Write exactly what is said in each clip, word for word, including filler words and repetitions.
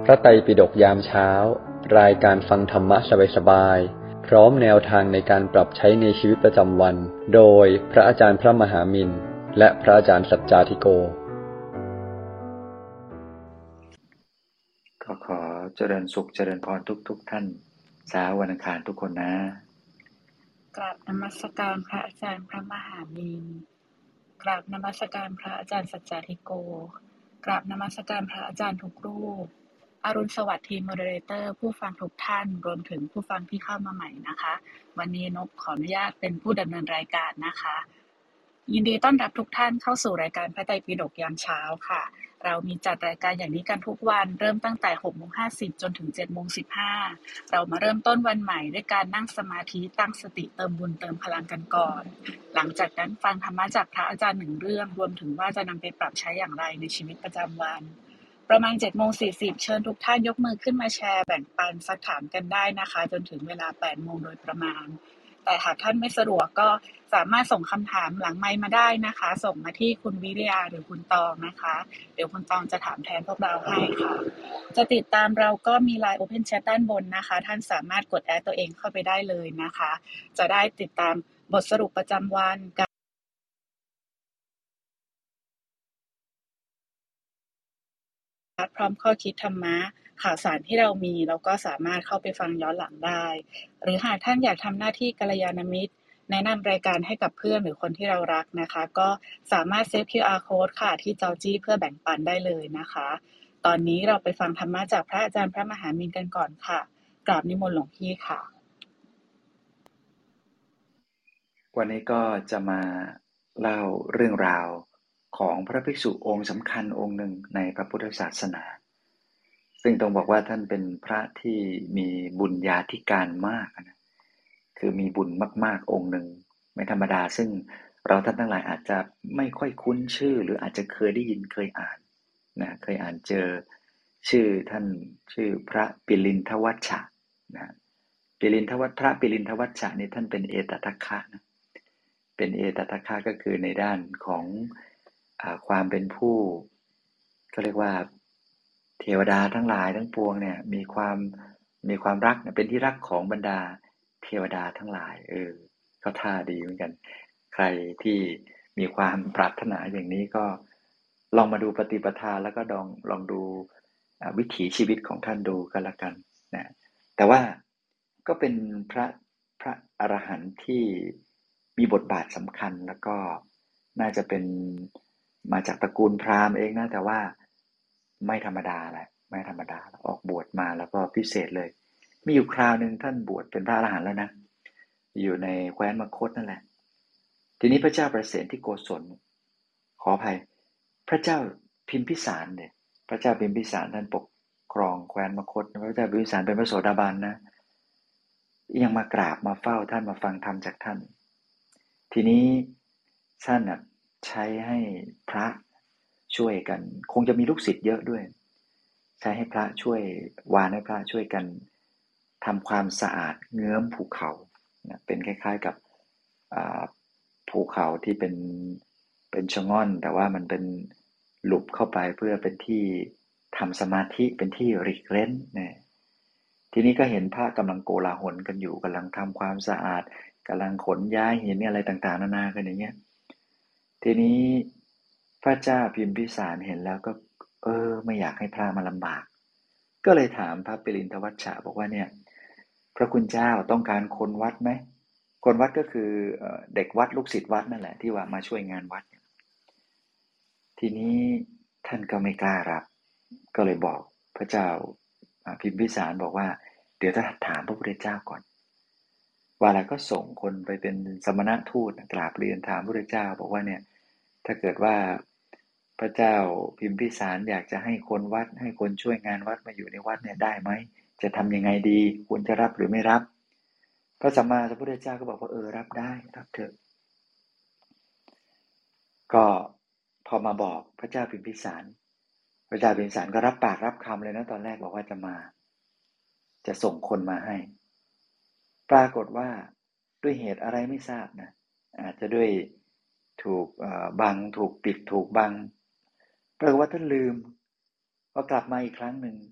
ระไตรปิฎกยามเช้ารายการฟังธรรมะสบายๆพร้อมแนวทางในการปรับใช้ในชีวิตประจำวันโดยพระอาจารย์พระมหามินและพระอาจารย์สัจจาธิโกก็ขอเจริญสุขเจริญพรทุกทุกท่านเช้าวันอังคารทุกคนนะกราบนมัสการพระอาจารย์พระมหามินกราบนมัสการพระอาจารย์สัจจาธิโกกราบนมัสการพระอาจารย์ทุกรูปอรุณสวัสดิ์ทีมโมเดเลเตอร์ผู้ฟังทุกท่านรวมถึงผู้ฟังที่เข้ามาใหม่นะคะวันนี้นกขออนุญาตเป็นผู้ดำเนินรายการนะคะยินดีต้อนรับทุกท่านเข้าสู่รายการพระไตรปิฎกยามเช้าค่ะเรามีจัดรายการอย่างนี้กันทุกวันเริ่มตั้งแต่ หกโมงห้าสิบ จนถึง เจ็ดโมงสิบห้า เรามาเริ่มต้นวันใหม่ด้วยการนั่งสมาธิตั้งสติเติมบุญเติมพลังกันก่อนหลังจากนั้นฟังธรรมะจากพระอาจารย์หนึ่งเรื่องรวมถึงว่าจะนำไปปรับใช้อย่างไรในชีวิตประจำวันประมาณ เจ็ดโมงสี่สิบ เชิญทุกท่านยกมือขึ้นมาแชร์แบ่งปันซักถามกันได้นะคะจนถึงเวลา แปดโมง โดยประมาณแต่หากท่านไม่สะดวกก็สามารถส่งคำถามหลังไมค์มาได้นะคะส่งมาที่คุณวิริยาหรือคุณตองนะคะเดี๋ยวคุณตองจะถามแทนพวกเราให้ค่ะจะติดตามเราก็มี ไลน์ Open Chat ด้านบนนะคะท่านสามารถกดแอดตัวเองเข้าไปได้เลยนะคะจะได้ติดตามบทสรุปประจำวันพร้อมข้อคิดธรรมะข่าวสารที่เรามีเราก็สามารถเข้าไปฟังย้อนหลังได้หรือหากท่านอยากทำหน้าที่กัลยาณมิตรแนะนำรายการให้กับเพื่อนหรือคนที่เรารักนะคะก็สามารถเซฟ คิว อาร์ Code ค่ะที่จอจี้เพื่อแบ่งปันได้เลยนะคะตอนนี้เราไปฟังธรรมะจากพระอาจารย์พระมหามินกันก่อนค่ะกราบนิมนต์หลวงพี่ค่ะวันนี้ก็จะมาเล่าเรื่องราวของพระภิกษุองค์สำคัญองค์หนึ่งในพระพุทธศาสนาซึ่งต้องบอกว่าท่านเป็นพระที่มีบุญญาธิการมากนะคือมีบุญมากๆองค์หนึ่งไม่ธรรมดาซึ่งเราท่านทั้งหลายอาจจะไม่ค่อยคุ้นชื่อหรืออาจจะเคยได้ยินเคยอ่านนะเคยอ่านเจอชื่อท่านชื่อพระปิลินทวัชชะนะปิลินทวัชพระปิลินทวัชชะนี่ท่านเป็นเอตทัคคะนะเป็นเอตทัคคะก็คือในด้านของอ่าความเป็นผู้ก็เรียกว่าเทวดาทั้งหลายทั้งปวงเนี่ยมีความมีความรักเป็นที่รักของบรรดาเทวดาทั้งหลายเออก็ท่าดีเหมือนกันใครที่มีความปรารถนาอย่างนี้ก็ลองมาดูปฏิปทาแล้วก็ลองลองดูวิถีชีวิตของท่านดูกันละกันนะแต่ว่าก็เป็นพระพระอรหันต์ที่มีบทบาทสำคัญแล้วก็น่าจะเป็นมาจากตระกูลพราหมณ์เองนะแต่ว่าไม่ธรรมดาแหละไม่ธรรมดาออกบวชมาแล้วก็พิเศษเลยมีอยู่คราวหนึ่งท่านบวชเป็นพระอรหันต์แล้วนะอยู่ในแคว้นมคธนั่นแหละทีนี้พระเจ้าประเสนที่โกศลขออภัยพระเจ้าพิมพิสารเนี่ยพระเจ้าพิมพิสารท่านปกครองแคว้นมคธพระเจ้าพิมพิสารเป็นพระโสดาบันนะยังมากราบมาเฝ้าท่านมาฟังธรรมจากท่านทีนี้ท่านใช้ให้พระช่วยกันคงจะมีลูกศิษย์เยอะด้วยใช้ให้พระช่วยวานให้พระช่วยกันทำความสะอาดเงื้อมภูเขาเป็นคล้ายๆกับภูเขาที่เป็นเป็นชะง่อนแต่ว่ามันเป็นหลุมเข้าไปเพื่อเป็นที่ทำสมาธิเป็นที่หลีกเล่นเนี่ยทีนี้ก็เห็นพระกำลังโกลาหลกันอยู่กำลังทำความสะอาดกำลังขนย้ายหินอะไรต่างๆนานากันอย่างเงี้ยทีนี้พระเจ้าพิมพิสารเห็นแล้วก็เออไม่อยากให้พระมาลำบากก็เลยถามพระปิลินทวัชชะบอกว่าเนี่ยพระคุณเจ้าต้องการคนวัดไหมคนวัดก็คือเด็กวัดลูกศิษย์วัดนั่นแหละที่ว่ามาช่วยงานวัดทีนี้ท่านก็ไม่กล้ารับก็เลยบอกพระเจ้าพิมพิสารบอกว่าเดี๋ยวจะถามพระพุทธเจ้าก่อนว่าแล้วก็ส่งคนไปเป็นสมณทูตกราบเรียนถามพระพุทธเจ้าบอกว่าเนี่ยถ้าเกิดว่าพระเจ้าพิมพิสารอยากจะให้คนวัดให้คนช่วยงานวัดมาอยู่ในวัดเนี่ยได้ไหมจะทำยังไงดีควรจะรับหรือไม่รับพระสัมมาสัมพุทธเจ้าก็บอกว่าเออรับได้รับเถอะก็พอมาบอกพระเจ้าพิมพิสารพระเจ้าพิมพิสารก็รับปากรับคำเลยนะตอนแรกบอกว่าจะมาจะส่งคนมาให้ปรากฏว่าด้วยเหตุอะไรไม่ทราบนะอาจจะด้วยถูกบังถูกปิดถูกบังปรากฏว่าท่านลืมพอกลับมาอีกครั้งหนึ่ง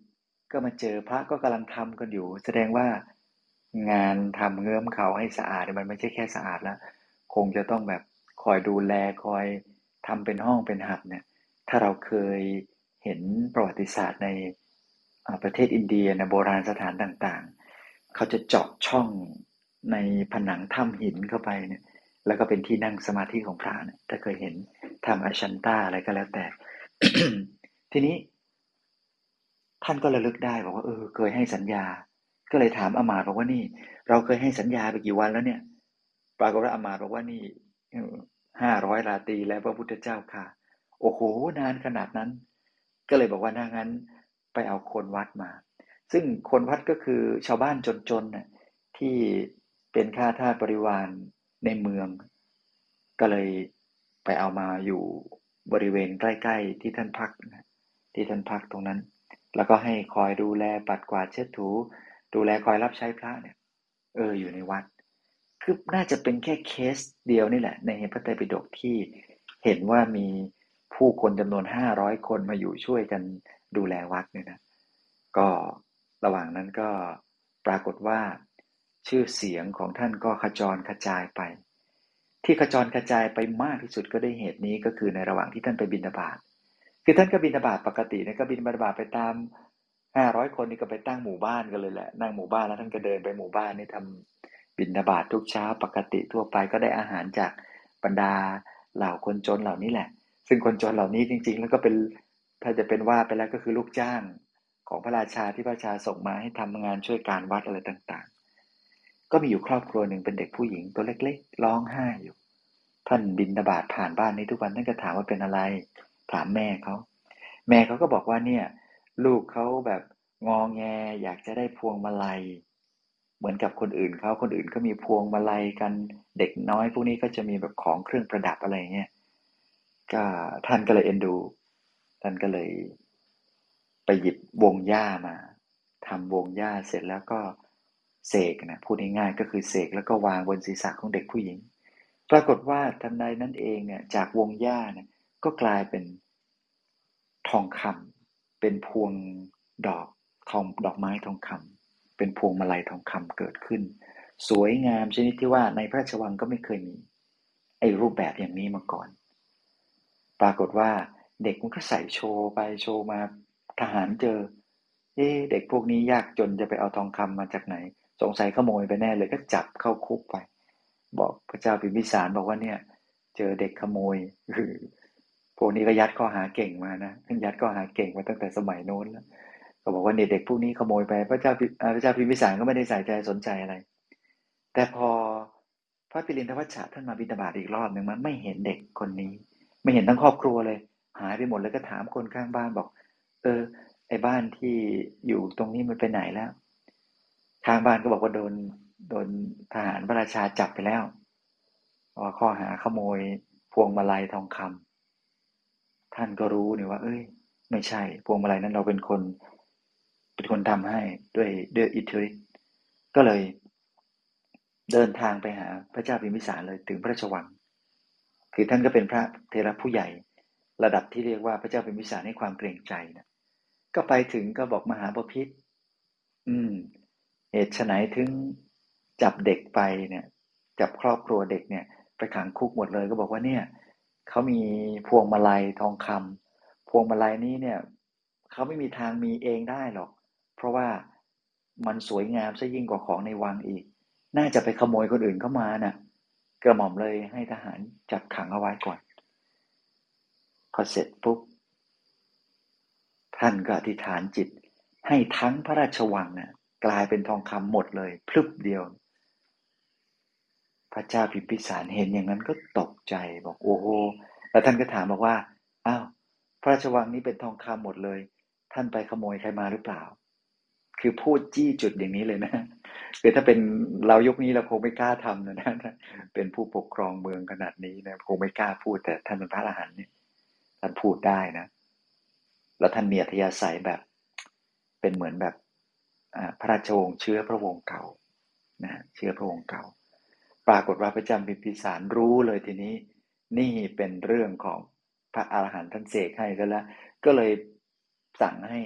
ก็มาเจอพระก็กำลังทำกันอยู่ แสดงว่างานทำเงื้อมเขาให้สะอาดมันไม่ใช่แค่สะอาดแล้วคงจะต้องแบบคอยดูแลคอยทำเป็นห้องเป็นหับเนี่ยถ้าเราเคยเห็นประวัติศาสตร์ในประเทศอินเดียนะโบราณสถานต่างๆเขาจะเจาะช่องในผนังถ้ำหินเข้าไปเนี่ยแล้วก็เป็นที่นั่งสมาธิของพระเนี่ยถ้าเคยเห็นทำอาชันต้าอะไรก็แล้วแต่ ทีนี้ท่านก็ระลึกได้บอกว่าเออเคยให้สัญญาก็เลยถามอามาตย์บอกว่านี่เราเคยให้สัญญาไปกี่วันแล้วเนี่ยปรากฏว่าอามาตย์บอกว่านี่ห้าร้อยราตรีแล้วพระพุทธเจ้าค่ะโอ้โหนานขนาดนั้นก็เลยบอกว่าถ้างั้นไปเอาคนวัดมาซึ่งคนวัดก็คือชาวบ้านจนๆน่ะที่เป็นข้าทาสบริวารในเมืองก็เลยไปเอามาอยู่บริเวณใกล้ๆที่ท่านพักนะที่ท่านพักตรงนั้นแล้วก็ให้คอยดูแลปัดกวาดเช็ดถูดูแลคอยรับใช้พระเนี่ยเอออยู่ในวัดคือน่าจะเป็นแค่เคสเดียวนี่แหละในพระไตรปิฎกที่เห็นว่ามีผู้คนจำนวนห้าร้อยคนมาอยู่ช่วยกันดูแลวัดเนี่ยนะก็ระหว่างนั้นก็ปรากฏว่าชื่อเสียงของท่านก็ขจรกระจายไปที่ขจรกระจายไปมากที่สุดก็ได้เหตุนี้ก็คือในระหว่างที่ท่านไปบิณฑบาตคือท่านก็บิณฑบาตปกตินะก็บิณฑบาตไปตามห้าร้อยคนนี่ก็ไปตั้งหมู่บ้านกันเลยแหละนั่งหมู่บ้านแล้วท่านก็เดินไปหมู่บ้านนี่ทำบิณฑบาตทุกเช้าปกติทั่วไปก็ได้อาหารจากบรรดาเหล่าคนจนเหล่านี้แหละซึ่งคนจนเหล่านี้จริงๆแล้วก็เป็นถ้าจะเป็นว่าไปแล้วก็คือลูกจ้างของพระราชาที่พระราชาส่งมาให้ทำงานช่วยการวัดอะไรต่างๆก็มีอยู่ครอบครัวหนึ่งเป็นเด็กผู้หญิงตัวเล็กๆร้องไห้อยู่ท่านบิณฑบาตผ่านบ้านนี้ทุกวันท่านก็ถามว่าเป็นอะไรถามแม่เขาแม่เขาก็บอกว่าเนี่ยลูกเขาแบบงอแงอยากจะได้พวงมาลัยเหมือนกับคนอื่นเขาคนอื่นก็มีพวงมาลัยกันเด็กน้อยพวกนี้ก็จะมีแบบของเครื่องประดับอะไรเงี้ยก็ท่านก็เลยเอ็นดูท่านก็เลยไปหยิบวงหญ้ามาทำวงหญ้าเสร็จแล้วก็เสกนะพูดง่ายๆก็คือเสกแล้วก็วางบนศีรษะของเด็กผู้หญิงปรากฏว่าทันใดนั้นเองเนี่ยจากวงหญ้าเนี่ยก็กลายเป็นทองคำเป็นพวงดอกทองดอกไม้ทองคำเป็นพวงมาลัยทองคำเกิดขึ้นสวยงามชนิดที่ว่าในพระราชวังก็ไม่เคยมีไอ้รูปแบบอย่างนี้มาก่อนปรากฏว่าเด็กมันก็ใส่โชว์ไปโชว์มาทหารเจอเอ๊ะเด็กพวกนี้ยากจนจะไปเอาทองคำมาจากไหนสงสัยขโมยไปแน่เลยก็จับเข้าคุกไปบอกพระเจ้าพิมพิสารบอกว่าเนี่ยเจอเด็กขโมยคือพวกนี้ก็ยัดข้อหาเก่งมานะยัดข้อหาเก่งมาตั้งแต่สมัยโน้นแล้วก็บอกว่าเนี่ยเด็กพวกนี้ขโมยไปพระเจ้าพระเจ้าพิมพิสารก็ไม่ได้ใส่ใจสนใจอะไรแต่พอพระปิรินทวัชชะท่านมาบิณฑบาตอีกรอบหนึ่งมันไม่เห็นเด็กคนนี้ไม่เห็นทั้งครอบครัวเลยหายไปหมดเลยก็ถามคนข้างบ้านบอกเออไอ้บ้านที่อยู่ตรงนี้มันไปไหนแล้วทางบ้านก็บอกว่าโดนโดนทหารพระราชาจับไปแล้วว่าข้อหาขโมยพวงมาลัยทองคำท่านก็รู้นี่ว่าเอ้ยไม่ใช่พวงมาลัยนั้นเราเป็นคนเป็นคนทำให้ด้วยด้วยอิทธิฤทธิ์ก็เลยเดินทางไปหาพระเจ้าพิมพิสารเลยถึงพระราชวังคือท่านก็เป็นพระเถระผู้ใหญ่ระดับที่เรียกว่าพระเจ้าพิมพิสารให้ความเกรงใจนะก็ไปถึงก็บอกมหาบพิตรอืมเหตุไฉนถึงจับเด็กไปเนี่ยจับครอบครัวเด็กเนี่ยไปขังคุกหมดเลยก็บอกว่าเนี่ยเขามีพวงมาลัยทองคำพวงมาลัยนี้เนี่ยเขาไม่มีทางมีเองได้หรอกเพราะว่ามันสวยงามซะยิ่งกว่าของในวังอีกน่าจะไปขโมยคนอื่นเข้ามาน่ะกระหม่อมเลยให้ทหารจับขังเอาไว้ก่อนพอเสร็จปุ๊บท่านก็อธิษฐานจิตให้ทั้งพระราชวังน่ะกลายเป็นทองคำหมดเลยพลึบเดียวพระเจ้าพิมพิสารเห็นอย่างนั้นก็ตกใจบอกโอ้โหแล้วท่านก็ถามบอกว่าอ้าวพระราชวังนี้เป็นทองคำหมดเลยท่านไปขโมยใครมาหรือเปล่าคือพูดจี้จุดอย่างนี้เลยนะคือถ้าเป็นเรายุคนี้เราคงไม่กล้าทำนะนะเป็นผู้ปกครองเมืองขนาดนี้นะคงไม่กล้าพูดแต่ท่านเป็นพระอรหันต์เนี่ยท่านพูดได้นะแล้วท่านมีอัธยาศัยแบบเป็นเหมือนแบบพระราชวงศ์เชื้อพระวงศ์เก่านะเชื้อพระวงศ์เก่าปรากฏว่าพระเจ้าพิมพิสารรู้เลยทีนี้นี่เป็นเรื่องของพระอรหันต์ท่านเสกให้ซะแล้วก็เลยสั่งให้ป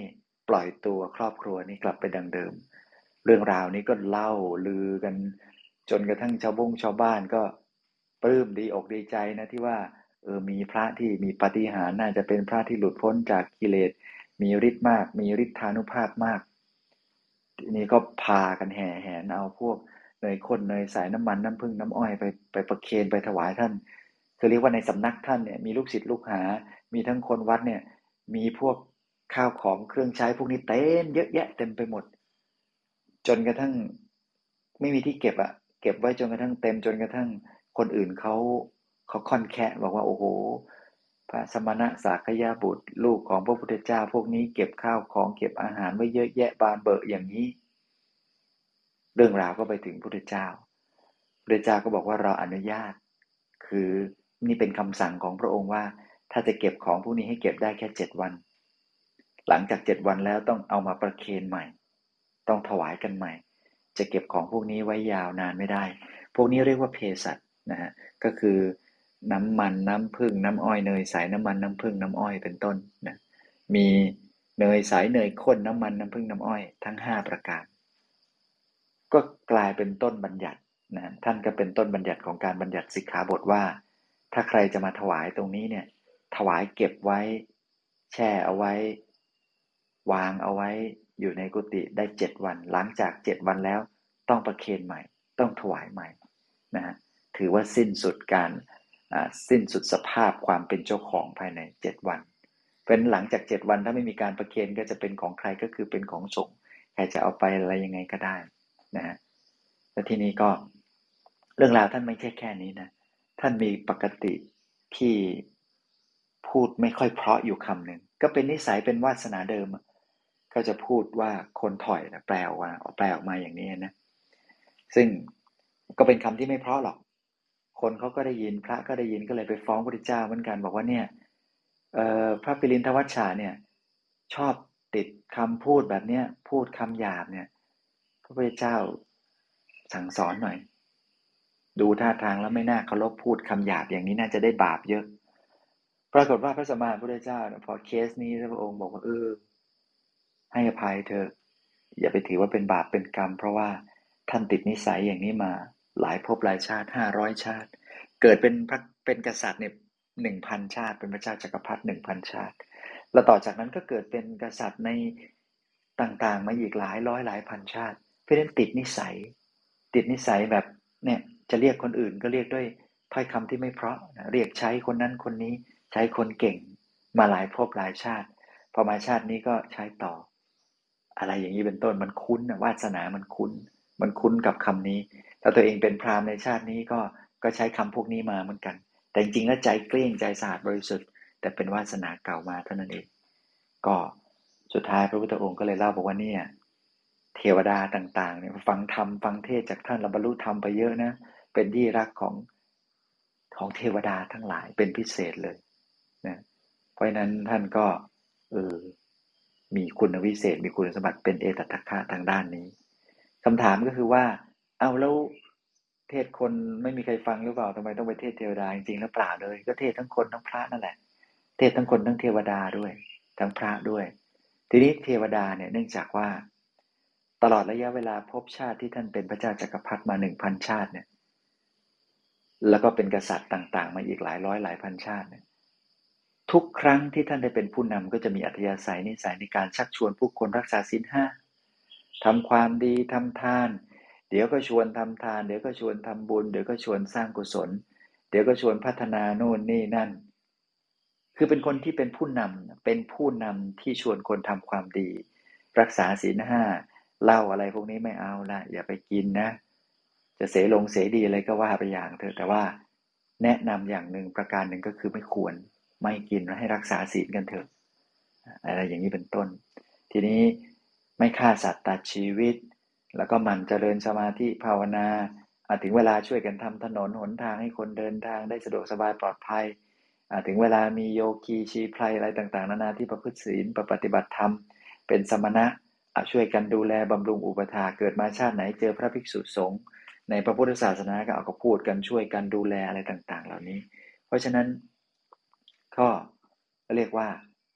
ปล่อยตัวครอบครัวนี้กลับไปดังเดิมเรื่องราวนี้ก็เล่าลือกันจนกระทั่งชาวบงชาวบ้านก็ปลื้มดีอกดีใจนะที่ว่าเออมีพระที่มีปาฏิหาริย์น่าจะเป็นพระที่หลุดพ้นจากกิเลสมีฤทธิ์มากมีฤทธานุภาพมากทีนี้ก็พากันแห่แหนเอาพวกเนยข้นเนยใสน้ำมันน้ำผึ้งน้ำอ้อยไปไปประเคนไปถวายท่านคือเรียกว่าในสำนักท่านเนี่ยมีลูกศิษย์ลูกหามีทั้งคนวัดเนี่ยมีพวกข้าวของเครื่องใช้พวกนี้เต็มเยอะแยะเต็มไปหมดจนกระทั่งไม่มีที่เก็บอะเก็บไว้จนกระทั่งเต็มจนกระทั่งคนอื่นเขาเขาค่อนแคะบอกว่าโอ้โหพระสมณะสากยบุตรลูกของพระพุทธเจ้าพวกนี้เก็บข้าวของเก็บอาหารไว้เยอะแยะบานเบอะอย่างนี้เรื่องราวก็ไปถึงพระพุทธเจ้าพระพุทธเจ้าก็บอกว่าเราอนุญาตคือนี่เป็นคำสั่งของพระองค์ว่าถ้าจะเก็บของพวกนี้ให้เก็บได้แค่เจ็ดวันหลังจากเจ็ดวันแล้วต้องเอามาประเคนใหม่ต้องถวายกันใหม่จะเก็บของพวกนี้ไว้ยาวนานไม่ได้พวกนี้เรียกว่าเภสัชนะฮะก็คือน้ำมันน้ำผึ้งน้ำอ้อยเนยใสน้ำมันน้ำผึ้งน้ำอ้อยเป็นต้นนะมีเนยใสเนยข้นน้ำมันน้ำผึ้งน้ำอ้อยทั้งห้าประการก็กลายเป็นต้นบัญญัตินะท่านก็เป็นต้นบัญญัติของการบัญญัติสิกขาบทว่าถ้าใครจะมาถวายตรงนี้เนี่ยถวายเก็บไว้แช่เอาไว้วางเอาไว้อยู่ในกุฏิได้เจ็ดวันหลังจากเจ็ดวันแล้วต้องประเคนใหม่ต้องถวายใหม่นะฮะถือว่าสิ้นสุดการสิ้นสุดสภาพความเป็นเจ้าของภายในเจ็ดวันเป็นหลังจากเจ็ดวันถ้าไม่มีการประเคนก็จะเป็นของใครก็คือเป็นของสงฆ์ใครจะเอาไปอะไรยังไงก็ได้นะฮะแล้วทีนี้ก็เรื่องราวท่านไม่ใช่แค่นี้นะท่านมีปกติที่พูดไม่ค่อยเพราะอยู่คำหนึ่งก็เป็นนิสัยเป็นวาสนาเดิมก็จะพูดว่าคนถอยนะแปลออกมาแปลออกมาอย่างนี้นะซึ่งก็เป็นคำที่ไม่เพราะหรอกคนเขาก็ได้ยินพระก็ได้ยินก็เลยไปฟ้องพระพุทธเจ้าเหมือนกันบอกว่าเนี่ยพระปิรินทวัชชาเนี่ยชอบติดคำพูดแบบเนี้ยพูดคำหยาบเนี่ยพระพุทธเจ้าสั่งสอนหน่อยดูท่าทางแล้วไม่น่าเคารพพูดคำหยาบอย่างนี้น่าจะได้บาปเยอะปรากฏว่าพระสัมมาสัมพุทธเจ้าพอเคสนี้พระองค์บอกว่าเออให้อภัยเธออย่าไปถือว่าเป็นบาปเป็นกรรมเพราะว่าท่านติดนิสัยอย่างนี้มาหลายภพหลายชาติห้าร้อยชาติเกิดเป็นพระเป็นกษัตริย์เนี่ยหนึ่งพันชาติเป็นพระเจ้าจักรพรรดิหนึ่งพันชาติแล้วต่อจากนั้นก็เกิดเป็นกษัตริย์ในต่างๆมาอีกหลายร้อยหลายพันชาติเพราะฉะนั้นติดนิสัยติดนิสัยแบบเนี่ยจะเรียกคนอื่นก็เรียกด้วยถ้อยคำที่ไม่เพราะนะเรียกใช้คนนั้นคนนี้ใช้คนเก่งมาหลายภพหลายชาติพอมาชาตินี้ก็ใช้ต่ออะไรอย่างนี้เป็นต้นมันคุ้นวาสนามันคุ้นมันคุ้นกับคำนี้ถ้าตัวเองเป็นพราหมณ์ในชาตินี้ก็ก็ใช้คำพวกนี้มาเหมือนกันแต่จริงๆแล้วใจเกลี้ยงใจสะอาดบริสุทธิ์แต่เป็นวาสนาเก่ามาเท่านั้นเองก็สุดท้ายพระพุทธองค์ก็เลยเล่าบอกว่าเนี่ยเทวดาต่างๆเนี่ยฟังธรรมฟังเทศจากท่านแล้วบรรลุธรรมไปเยอะนะเป็นที่รักของของเทวดาทั้งหลายเป็นพิเศษเลยนะเพราะฉะนั้นท่านก็เออมีคุณวิเศษมีคุณสมบัติเป็นเอตทัคคะทางด้านนี้คำถามก็คือว่าเอาแล้วเทศคนไม่มีใครฟังหรือเปล่าทำไมต้องไปเทศเทวดาจริงๆแล้วเปล่าเลยก็เทศทั้งคนทั้งพระนั่นแหละเทศทั้งคนทั้งเทวดาด้วยทั้งพระด้วยทีนี้เทวดาเนี่ยเนื่องจากว่าตลอดระยะเวลาภพชาติที่ท่านเป็นพระเจ้าจักรพรรดิมา หนึ่งพัน ชาติเนี่ยแล้วก็เป็นกษัตริย์ต่างๆมาอีกหลายร้อยหลายพันชาติเนี่ยทุกครั้งที่ท่านได้เป็นผู้นำก็จะมีอัธยาศัยนิสัยในการชักชวนผู้คนรักษาศีลห้าทำความดีทำทานเดี๋ยวก็ชวนทำทานเดี๋ยวก็ชวนทำบุญเดี๋ยวก็ชวนสร้างกุศลเดี๋ยวก็ชวนพัฒนาโน่นนี่นั่นคือเป็นคนที่เป็นผู้นำเป็นผู้นำที่ชวนคนทำความดีรักษาศีลห้าเหล้าอะไรพวกนี้ไม่เอาละอย่าไปกินนะจะเสลงเสดีอะไรก็ว่าไปอย่างเถอะแต่ว่าแนะนำอย่างหนึ่งประการหนึ่งก็คือไม่ควรไม่กินให้รักษาศีลกันเถอะอะไรอย่างนี้เป็นต้นทีนี้ไม่ฆ่าสัตว์ตัดชีวิตแล้วก็หมั่นเจริญสมาธิภาวนาถึงเวลาช่วยกันทำถนนหนทางให้คนเดินทางได้สะดวกสบายปลอดภัยถึงเวลามีโยคีชีไพรอะไรต่างๆนานาที่ประพฤติศีลปฏิบัติธรรมเป็นสมณะช่วยกันดูแลบำรุงอุปถาเกิดมาชาติไหนเจอพระภิกษุสงฆ์ในพระพุทธศาสนาก็เอาก็พูดกันช่วยกันดูแลอะไรต่างๆเหล่านี้เพราะฉะนั้นก็เรียกว่า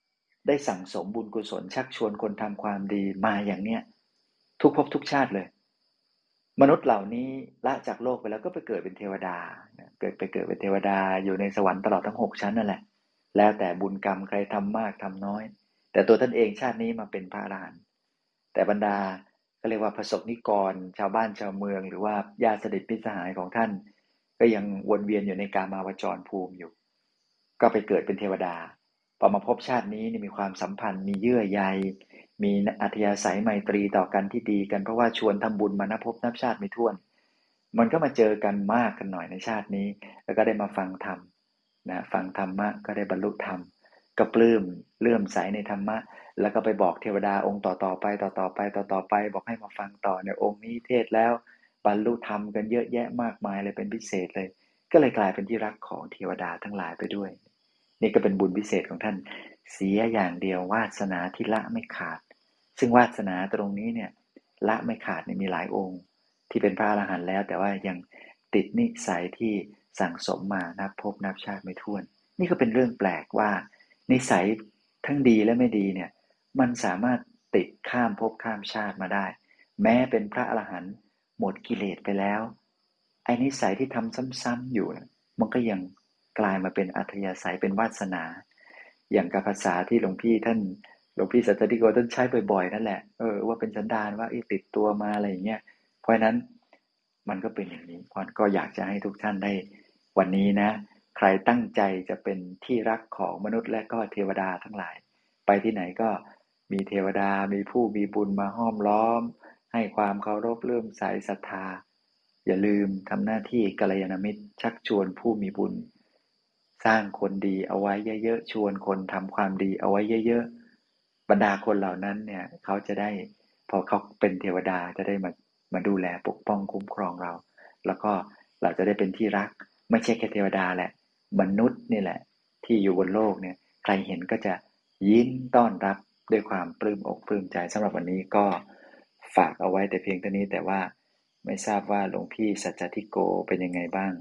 ได้สั่งสมบุญกุศลชักชวนคนทำความดีมาอย่างเนี้ยทุกภพทุกชาติเลยมนุษย์เหล่านี้ละจากโลกไปแล้วก็ไปเกิดเป็นเทวดาเกิดไปเกิดเป็นเทวดาอยู่ในสวรรค์ตลอดทั้งหกชั้นนั่นแหละแล้วแต่บุญกรรมใครทำมากทำน้อยแต่ตัวท่านเองชาตินี้มาเป็นพระอรหันต์แต่บรรดาก็เรียกว่าประสบนิกรชาวบ้านชาวเมืองหรือว่าญาติสนิทมิตรสหายของท่านก็ยังวนเวียนอยู่ในกามาวจรภูมิอยู่ก็ไปเกิดเป็นเทวดาพอมาพบชาตินี้มีความสัมพันธ์มีเยื่อใยมีอัธยาศัยไมตรีต่อกันที่ดีกันเพราะว่าชวนทำบุญมานับพบนับชาติไม่ถ้วนมันก็มาเจอกันมากกันหน่อยในชาตินี้แล้วก็ได้มาฟังธรรมนะฟังธรรมะก็ได้บรรลุธรรมก็ปลื้มเลื่อมใสในธรรมะแล้วก็ไปบอกเทวดาองค์ต่อๆไปต่อๆไปต่อๆไปบอกให้มาฟังต่อในองค์นี้เทศแล้วบรรลุธรรมกันเยอะแยะมากมายเลยเป็นพิเศษเลยก็เลยกลายเป็นที่รักของเทวดาทั้งหลายไปด้วยนี่ก็เป็นบุญพิเศษของท่านเสียอย่างเดียววาสนาที่ละไม่ขาดซึ่งวาสนาตรงนี้เนี่ยละไม่ขาดเนี่ยมีหลายองค์ที่เป็นพระอรหันต์แล้วแต่ว่ายังติดนิสัยที่สั่งสมมานับพบนับชาติไม่ถ้วนนี่ก็เป็นเรื่องแปลกว่านิสัยทั้งดีและไม่ดีเนี่ยมันสามารถติดข้ามภพข้ามชาติมาได้แม้เป็นพระอรหันต์หมดกิเลสไปแล้วไอ้นิสัยที่ทำซ้ำๆอยู่มันก็ยังกลายมาเป็นอัธยาศัยเป็นวาสนาอย่างกับภาษาที่หลวงพี่ท่านหลวงพี่สัจจิโกท่านใช้บ่อยๆนั่นแหละเออว่าเป็นสันดานว่าติดตัวมาอะไรอย่างเงี้ยเพราะฉะนั้นมันก็เป็นอย่างนี้พรก็อยากจะให้ทุกท่านได้วันนี้นะใครตั้งใจจะเป็นที่รักของมนุษย์และก็เทวดาทั้งหลายไปที่ไหนก็มีเทวดามีผู้มีบุญมาห้อมล้อมให้ความเคารพเลื่อมใสศรัทธาอย่าลืมทำหน้าที่กัลยาณมิตรชักชวนผู้มีบุญสร้างคนดีเอาไว้เยอะๆชวนคนทำความดีเอาไว้เยอะๆบรรดาคนเหล่านั้นเนี่ยเขาจะได้พอเขาเป็นเทวดาจะได้มามาดูแลปกป้องคุ้มครองเราแล้วก็เราจะได้เป็นที่รักไม่ใช่แค่เทวดาแหละมนุษย์นี่แหละที่อยู่บนโลกเนี่ยใครเห็นก็จะยิ้มต้อนรับด้วยความปลื้มอกปลื้มใจสำหรับวันนี้ก็ฝากเอาไว้แต่เพียงเท่านี้แต่ว่าไม่ทราบว่าหลวงพี่สัจจทิโกเป็นยังไงบ้าง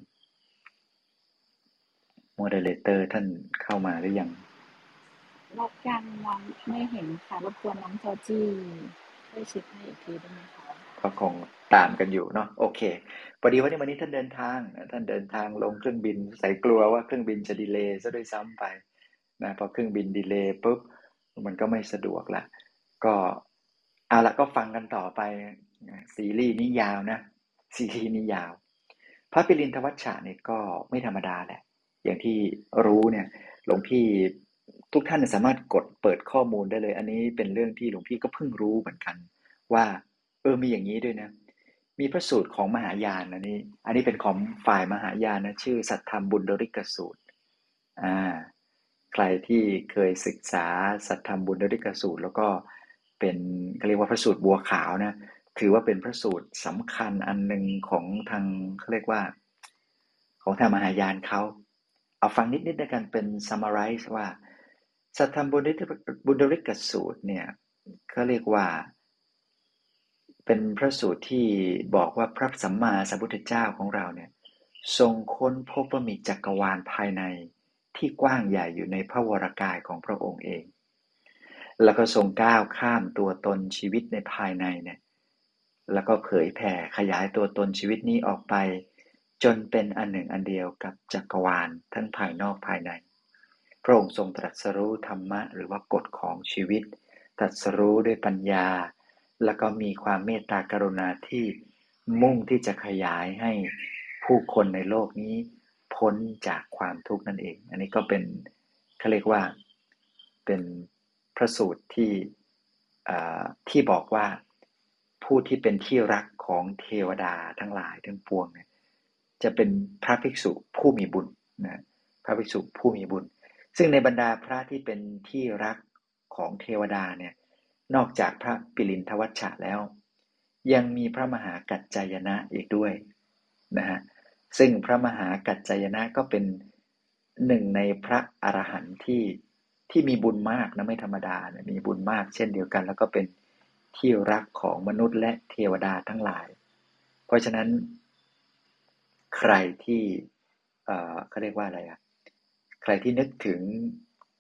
โมเดเลเตอร์ท่านเข้ามาหรือยังรบยังมองไม่เห็นค่ะรบกวนน้องจอจี้ช่วยเช็คให้อีกทีได้ไหมคะก็คงตามกันอยู่เนาะโอเคพอดีวันนี้วันนี้ท่านเดินทางท่านเดินทางลงเครื่องบินใส่กลัวว่าเครื่องบินจะดีเลย์ซะด้วยซ้ำไปนะพอเครื่องบินดีเลย์ปุ๊บมันก็ไม่สะดวกละก็เอาละก็ฟังกันต่อไปซีรีส์นี้ยาวนะซีรีส์นี้ยาวพระปิรินทวัชชะเนี่ยก็ไม่ธรรมดาแหละอย่างที่รู้เนี่ยหลวงพี่ทุกท่านสามารถกดเปิดข้อมูลได้เลยอันนี้เป็นเรื่องที่หลวงพี่ก็เพิ่งรู้เหมือนกันว่าเออมีอย่างนี้ด้วยนะมีพระสูตรของมหายานอันนี้อันนี้เป็นของฝ่ายมหายานนะชื่อสัทธรรมบุญดริกสูตรอ่าใครที่เคยศึกษาสัทธรรมบุญดริกสูตรแล้วก็เป็นเขาเรียกว่าพระสูตรบัวขาวนะถือว่าเป็นพระสูตรสำคัญอันหนึ่งของทางเขาเรียกว่าของทางมหายานเขาเอาฟังนิดๆด้วยกันเป็น summarize ว่าสัทธรรมบุญดริกสูตรเนี่ยเขาเรียกว่าเป็นพระสูตรที่บอกว่าพระสัมมาสัมพุทธเจ้าของเราเนี่ยทรงค้นพบว่ามีจักรวาลภายในที่กว้างใหญ่อยู่ในพระวรกายของพระองค์เองแล้วก็ทรงก้าวข้ามตัวตนชีวิตในภายในเนี่ยแล้วก็เผยแผ่ขยายตัวตนชีวิตนี้ออกไปจนเป็นอันหนึ่งอันเดียวกับจักรวาลทั้งภายนอกภายในพระองค์ทรงตรัสรู้ธรรมะหรือว่ากฎของชีวิตตรัสรู้ด้วยปัญญาแล้วก็มีความเมตตากรุณาที่มุ่งที่จะขยายให้ผู้คนในโลกนี้พ้นจากความทุกข์นั่นเองอันนี้ก็เป็นเขาเรียกว่าเป็นพระสูตรที่ที่บอกว่าผู้ที่เป็นที่รักของเทวดาทั้งหลายทั้งปวงเนี่ยจะเป็นพระภิกษุผู้มีบุญนะพระภิกษุผู้มีบุญซึ่งในบรรดาพระที่เป็นที่รักของเทวดาเนี่ยนอกจากพระปิรินทวัชชะแล้วยังมีพระมหากัจจายนะอีกด้วยนะฮะซึ่งพระมหากัจจายนะก็เป็นหนึ่งในพระอรหันต์ที่ที่มีบุญมากนะไม่ธรรมดานะมีบุญมากเช่นเดียวกันแล้วก็เป็นที่รักของมนุษย์และเทวดาทั้งหลายเพราะฉะนั้นใครที่เอ่อเขาเรียกว่าอะไรอ่ะใครที่นึกถึงค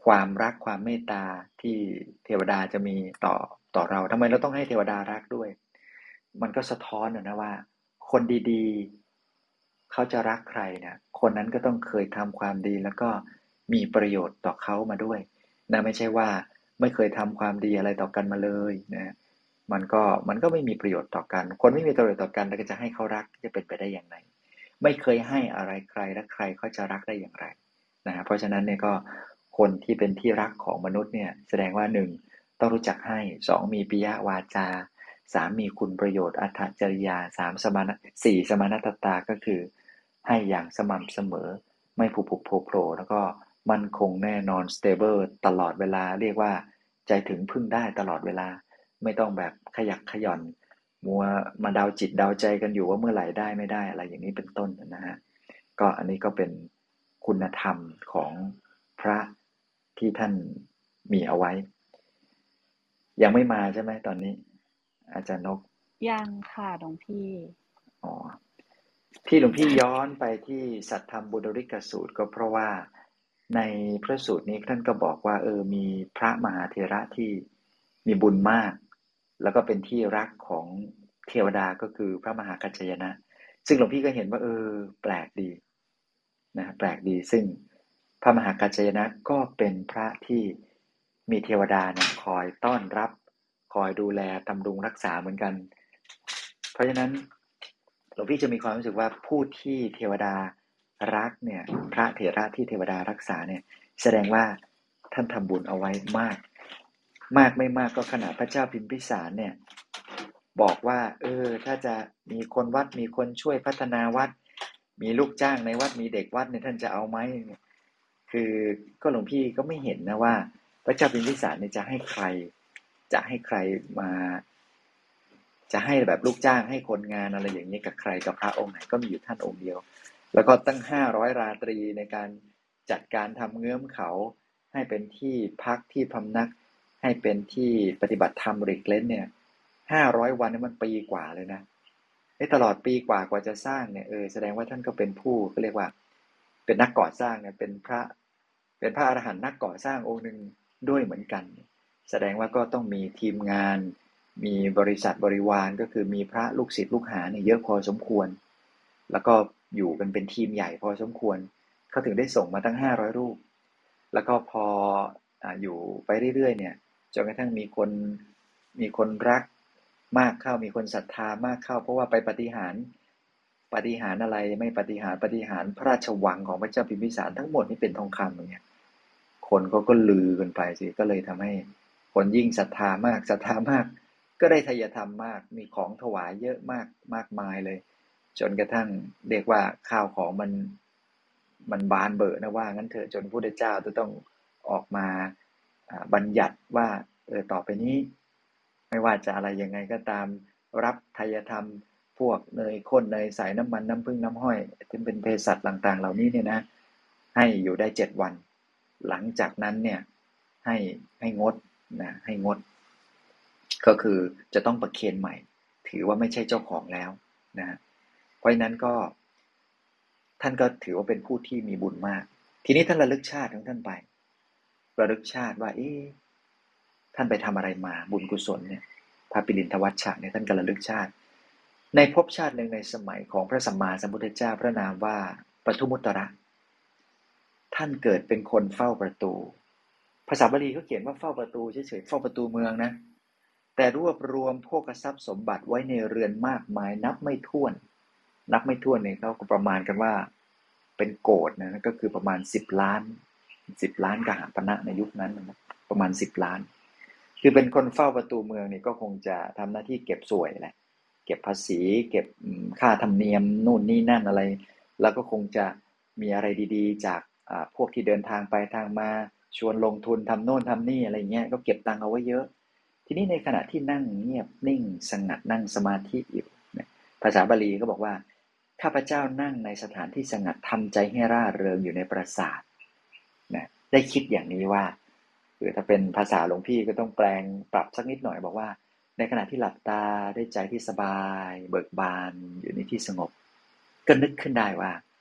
ความรักความเมตตาที่เทวดาจะมีต่อต่อเราทำไมเราต้องให้เทวดารักด้วยมันก็สะท้อนนะว่าคนดีๆเขาจะรักใครเนี่ยคนนั้นก็ต้องเคยทำความดีแล้วก็มีประโยชน์ต่อเขามาด้วยนะไม่ใช่ว่าไม่เคยทำความดีอะไรต่อกันมาเลยนะมันก็มันก็ไม่มีประโยชน์ต่อกันคนไม่มีประโยชน์ต่อกันแล้วก็จะให้เขารักจะเป็นไปได้อย่างไรไม่เคยให้อะไรใครและใครเขาจะรักได้อย่างไรนะฮะเพราะฉะนั้นเนี่ยก็คนที่เป็นที่รักของมนุษย์เนี่ยแสดงว่าหนึ่งต้องรู้จักให้สองมีปิยวาจาสามมีคุณประโยชน์อัตถจริยาสามสมานะสี่สมานัตตาก็คือให้อย่างสม่ำเสมอไม่ผุผุโผล่โผล่แล้วก็มั่นคงแน่นอน stable ตลอดเวลาเรียกว่าใจถึงพึ่งได้ตลอดเวลาไม่ต้องแบบขยักขย่อนมัวมาเดาจิตเดาใจกันอยู่ว่าเมื่อไหร่ได้ไม่ได้อะไรอย่างนี้เป็นต้นนะฮะก็อันนี้ก็เป็นคุณธรรมของพระที่ท่านมีเอาไว้ยังไม่มาใช่ไหมตอนนี้อาจารย์นกยังค่ะหลวงพี่อ๋อที่หลวงพี่ย้อนไปที่สัทธรรมบุดริกสูตรก็เพราะว่าในพระสูตรนี้ท่านก็บอกว่าเออมีพระมหาเถระที่มีบุญมากแล้วก็เป็นที่รักของเทวดาก็คือพระมหากัจจายนะซึ่งหลวงพี่ก็เห็นว่าเออแปลกดีนะแปลกดีซึ่งพระมหากัจจายนะก็เป็นพระที่มีเทวดาเนี่ยคอยต้อนรับคอยดูแลบำรุงรักษาเหมือนกันเพราะฉะนั้นหลวงพี่จะมีความรู้สึกว่าผู้ที่เทวดารักเนี่ยพระเถระที่เทวดารักษาเนี่ยแสดงว่าท่านทำบุญเอาไว้มากมากไม่มากก็ขนาดพระเจ้าพิมพิสารเนี่ยบอกว่าเออถ้าจะมีคนวัดมีคนช่วยพัฒนาวัดมีลูกจ้างในวัดมีเด็กวัดเนี่ยท่านจะเอาไหมคือก็หลวงพี่ก็ไม่เห็นนะว่าพระเจ้าพิมพิสารเนี่ยจะให้ใครจะให้ใครมาจะให้แบบลูกจ้างให้คนงานอะไรอย่างนี้กับใครกับพระองค์ไหนก็มีอยู่ท่านองค์เดียวแล้วก็ตั้งห้าร้อยราตรีในการจัดการทำเงื้อมเขาให้เป็นที่พักที่พำนักให้เป็นที่ปฏิบัติธรรมหลีกเล่นเนี่ยห้าร้อยวันนี่มันปีกว่าเลยนะไอ้ตลอดปีกว่ากว่าจะสร้างเนี่ยเออแสดงว่าท่านก็เป็นผู้ก็เรียกว่าเป็นนักก่อสร้างเนี่ยเป็นพระเป็นพระอรหันต์นักก่อสร้างองค์หนึ่งด้วยเหมือนกันแสดงว่าก็ต้องมีทีมงานมีบริษัทบริวารก็คือมีพระลูกศิษย์ลูกหาเนี่ยเยอะพอสมควรแล้วก็อยู่กันเป็นทีมใหญ่พอสมควรเขาถึงได้ส่งมาตั้งห้าร้อยรูปแล้วก็พออ่าอยู่ไปเรื่อยๆเนี่ยจนกระทั่งมีคนมีคนรักมากเข้ามีคนศรัทธามากเข้าเพราะว่าไปปาฏิหาริย์ปาฏิหาริย์อะไรไม่ปาฏิหาริย์ปาฏิหาริย์พระราชวังของพระเจ้าพิมพิสารทั้งหมดนี่เป็นทองคำอย่างเงี้ยคนเขาก็ลือกันไปสิก็เลยทำให้คนยิ่งศรัทธามากศรัทธามากก็ได้ทายธรรมมากมีของถวายเยอะมากมากมายเลยจนกระทั่งเรียกว่าข้าวของมันมันบานเบอนะว่างั้นเถอะจนพระพุทธเจ้าจะต้องออกมาบัญญัติว่าเออต่อไปนี้ไม่ว่าจะอะไรยังไงก็ตามรับทายธรรมพวกเนยข้นเนยใสน้ำมันน้ำผึ้งน้ำห้อยที่เป็นเภสัชต่างๆเหล่านี้เนี่ยนะให้อยู่ได้เจ็ดวันหลังจากนั้นเนี่ยให้ให้งดนะให้งดก็คือจะต้องประเคนใหม่ถือว่าไม่ใช่เจ้าของแล้วนะเพราะฉะนั้นก็ท่านก็ถือว่าเป็นผู้ที่มีบุญมากทีนี้ท่านระลึกชาติของท่านไประลึกชาติว่าเอ๊ะท่านไปทำอะไรมาบุญกุศลเนี่ยพระปิลินทวัชชะเนี่ยท่านก็ระลึกชาติในภพชาติหนึ่งในสมัยของพระสัมมาสัมพุทธเจ้าพระนามว่าปทุมุตตระท่านเกิดเป็นคนเฝ้าประตูภาษาบาลีเขาเขียนว่าเฝ้าประตูเฉยๆเฝ้าประตูเมืองนะแต่รวบรวมโภคทรัพย์สมบัติไว้ในเรือนมากมายนับไม่ถ้วนนับไม่ถ้วนเนี่ยเขาก็ประมาณกันว่าเป็นโกฏนะก็คือประมาณสิบล้านสิบล้านกหปณะในยุคนั้นนะประมาณสิบล้านคือเป็นคนเฝ้าประตูเมืองนี่ก็คงจะทำหน้าที่เก็บสวยแหละเก็บภาษีเก็บค่าธรรมเนียมนู่นนี่นั่นอะไรแล้วก็คงจะมีอะไรดีๆจากพวกที่เดินทางไปทางมาชวนลงทุนทำโน่นทำนี่อะไรเงี้ยก็เก็บตังค์เอาไว้เยอะทีนี้ในขณะที่นั่งเงียบนิ่งสงัดนั่งสมาธิอยู่ภาษาบาลีก็บอกว่าข้าพเจ้านั่งในสถานที่สงัดทำใจให้ร่าเริงอยู่ในปราสาทนะได้คิดอย่างนี้ว่าคือถ้าเป็นภาษาหลวงพี่ก็ต้องแปลงปรับสักนิดหน่อยบอกว่าในขณะที่หลับตาได้ใจที่สบายเบิกบานอยู่ในที่สงบก็นึกขึ้นได้ว่า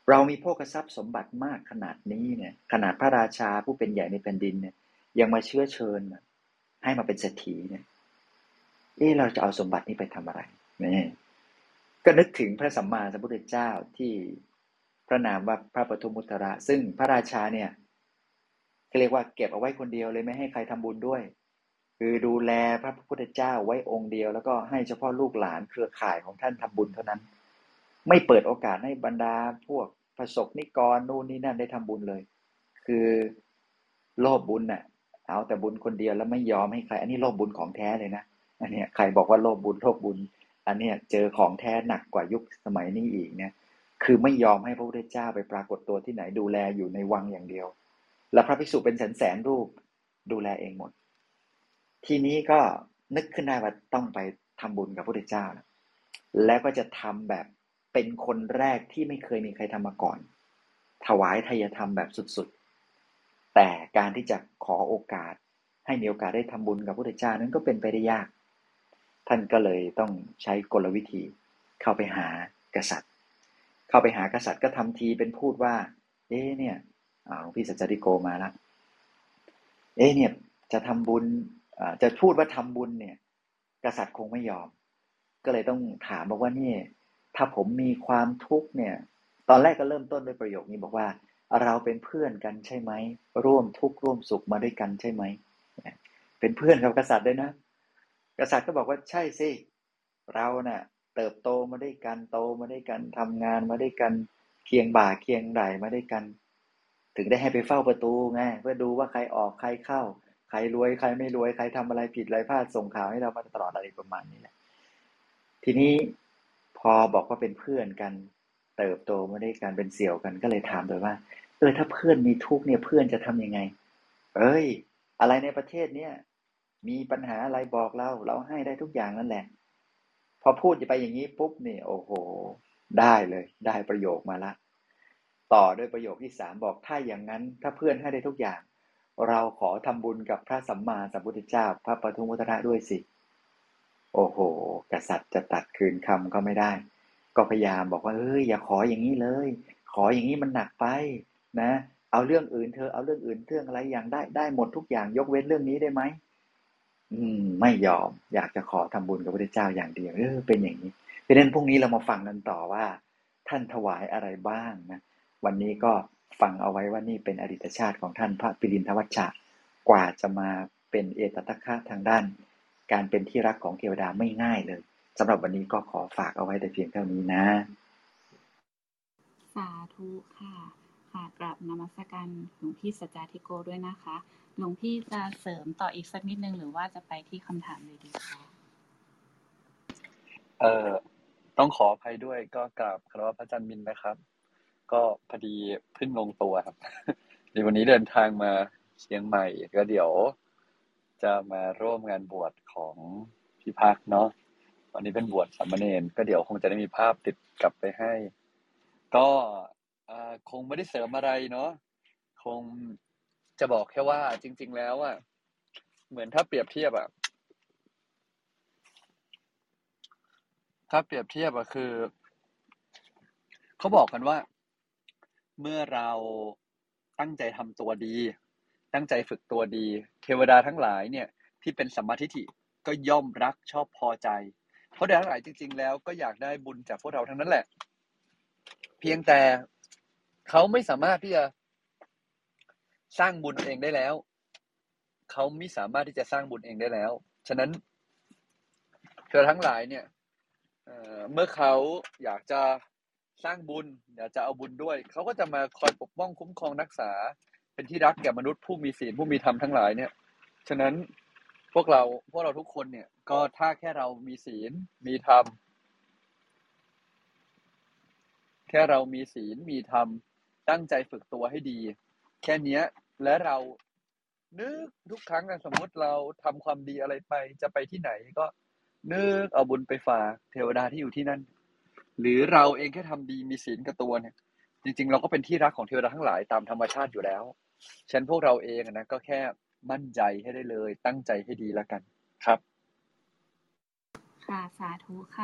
เรามีโภคทรัพย์สมบัติมากขนาดนี้เนี่ยขนาดพระราชาผู้เป็นใหญ่ในแผ่นดินเนี่ยยังมาเชื้อเชิญให้มาเป็นเศรษฐีเนี่ยเอ๊ะเราจะเอาสมบัตินี้ไปทำอะไรนี่ก็นึกถึงพระสัมมาสัมพุทธเจ้าที่พระนามว่าพระปทุมมุตระซึ่งพระราชาเนี่ยเรียกว่าเก็บเอาไว้คนเดียวเลยไม่ให้ใครทำบุญด้วยคือดูแลพระพุทธเจ้าไว้องค์เดียวแล้วก็ให้เฉพาะลูกหลานเครือข่ายของท่านทำบุญเท่านั้นไม่เปิดโอกาสให้บรรดาพวกประสบนิกรนู่นนี่นั่นได้ทำบุญเลยคือโลภบุญน่ะเอาแต่บุญคนเดียวแล้วไม่ยอมให้ใครอันนี้โลภบุญของแท้เลยนะอันนี้ใครบอกว่าโลภบุญโลภบุญอันนี้เจอของแท้หนักกว่ายุคสมัยนี้อีกเนี่ยคือไม่ยอมให้พระพุทธเจ้าไปปรากฏตัวที่ไหนดูแลอยู่ในวังอย่างเดียวแล้วพระภิกษุเป็นแสนแสนรูปดูแลเองหมดทีนี้ก็นึกขึ้นได้ว่าต้องไปทำบุญกับพระพุทธเจ้าแล้วก็จะทำแบบเป็นคนแรกที่ไม่เคยมีใครทำมาก่อนถวายทายธรรมแบบสุดๆแต่การที่จะขอโอกาสให้มีโอกาสได้ทำบุญกับพระพุทธเจ้านั้นก็เป็นไปได้ยากท่านก็เลยต้องใช้กลวิธีเข้าไปหากษัตริย์เข้าไปหากษัตริย์ก็ทำทีเป็นพูดว่าเอ๊ะเนี่ยหลวงพี่สัจจติโกมาแล้วเอ๊ะเนี่ยจะทำบุญจะพูดว่าทำบุญเนี่ยกษัตริย์คงไม่ยอมก็เลยต้องถามบอกว่านี่ถ้าผมมีความทุกข์เนี่ยตอนแรกก็เริ่มต้นด้วยประโยคนี้บอกว่าเราเป็นเพื่อนกันใช่ไหมร่วมทุกข์ร่วมสุขมาด้วยกันใช่ไหมเป็นเพื่อนกับกษัตริย์ด้วยนะกษัตริย์ก็บอกว่าใช่สิเราน่ะเติบโตมาด้วยกันโตมาด้วยกันทำงานมาด้วยกันเคียงบ่าเคียงไหล่มาด้วยกันถึงได้ให้ไปเฝ้าประตูไงเพื่อดูว่าใครออกใครเข้าใครรวยใครไม่รวยใครทำอะไรผิดอะไรพลาดส่งข่าวให้เรามาตลอดอะไรประมาณนี้แหละทีนี้พอบอกว่าเป็นเพื่อนกันเติบโตมาด้วยกันเป็นเสี่ยวกันก็เลยถามเลยว่าเออถ้าเพื่อนมีทุกข์เนี่ยเพื่อนจะทำยังไงเอ้ยอะไรในประเทศเนี้ยมีปัญหาอะไรบอกเราเราให้ได้ทุกอย่างนั่นแหละพอพูดไปอย่างนี้ปุ๊บนี่โอ้โหได้เลยได้ประโยคมาละต่อด้วยประโยคที่สามบอกถ้าอย่างนั้นถ้าเพื่อนให้ได้ทุกอย่างเราขอทำบุญกับพระสัมมาสัมพุทธเจ้าพระปทุมมุตระด้วยสิโอ้โหกษัตริย์จะตัดคืนคำก็ไม่ได้ก็พยายามบอกว่าเอ้ยอย่าขออย่างนี้เลยขออย่างนี้มันหนักไปนะเอาเรื่องอื่นเธอเอาเรื่องอื่นเรื่องอะไรอย่างได้ได้หมดทุกอย่างยกเว้นเรื่องนี้ได้ไหมอืมไม่ยอมอยากจะขอทำบุญกับพระพุทธเจ้าอย่างเดียวเออเป็นอย่างนี้เพราะฉะนั้นพรุ่งนี้เรามาฟังกันต่อว่าท่านถวายอะไรบ้างนะวันนี้ก็ฟังเอาไว้ว่านี่เป็นอดีตชาติของท่านพระปิรินทวัชชะกว่าจะมาเป็นเอตทัคคะทางด้านการเป็นที่รักของเทวดาไม่ง่ายเลยสำหรับวันนี้ก็ขอฝากเอาไว้แต่เพียงเท่านี้นะสาธุค่ะค่ะกราบนมัสการหลวงพี่สัจจาธิโกด้วยนะคะหลวงพี่จะเสริมต่ออีกสักนิดนึงหรือว่าจะไปที่คำถามเลยดีคะเอ่อต้องขออภัยด้วยก็กราบคารวะพระอาจารย์มินนะครับก็พอดีเพิ่งลงตัวครับในวันนี้เดินทางมาเชียงใหม่ก็เดี๋ยวจะมาร่วมงานบวชของพี่พักเนาะวันนี้เป็นบวชสามเณรก็เดี๋ยวคงจะได้มีภาพติดกลับไปให้ก็คงไม่ได้เสริมอะไรเนาะคงจะบอกแค่ว่าจริงๆแล้วอ่ะเหมือนถ้าเปรียบเทียบอ่ะถ้าเปรียบเทียบอะคือเขาบอกกันว่าเมื่อเราตั้งใจทำตัวดีตั้งใจฝึกตัวดีเทวดาทั้งหลายเนี่ยที่เป็นสัมมาทิฏฐิก็ย่อมรักชอบพอใจเพราะเทวดาทั้งหลายจริงๆแล้วก็อยากได้บุญจากพวกเราทั้งนั้นแหละเพียงแต่เขาไม่สามารถที่จะสร้างบุญเองได้แล้วเขาไม่สามารถที่จะสร้างบุญเองได้แล้วฉะนั้นเทวดาทั้งหลายเนี่ยเอ่อเมื่อเขาอยากจะสร้างบุญอยากจะเอาบุญด้วยเขาก็จะมาคอยปกป้องคุ้มครองรักษาเป็นที่รักแก่มนุษย์ผู้มีศีลผู้มีธรรมทั้งหลายเนี่ยฉะนั้นพวกเราพวกเราทุกคนเนี่ยก็ถ้าแค่เรามีศีลมีธรรมแค่เรามีศีลมีธรรมตั้งใจฝึกตัวให้ดีแค่นี้และเรานึกทุกครั้งนะสมมติเราทำความดีอะไรไปจะไปที่ไหนก็นึกเอาบุญไปฝากเทวดาที่อยู่ที่นั่นหรือเราเองแค่ทำดีมีศีลกับตัวเนี่ยจริงๆเราก็เป็นที่รักของเทวดาทั้งหลายตามธรรมชาติอยู่แล้วฉะนั้นพวกเราเองนะก็แค่มั่นใจให้ได้เลยตั้งใจให้ดีแล้วกันครับค่ะสาธุค่ะ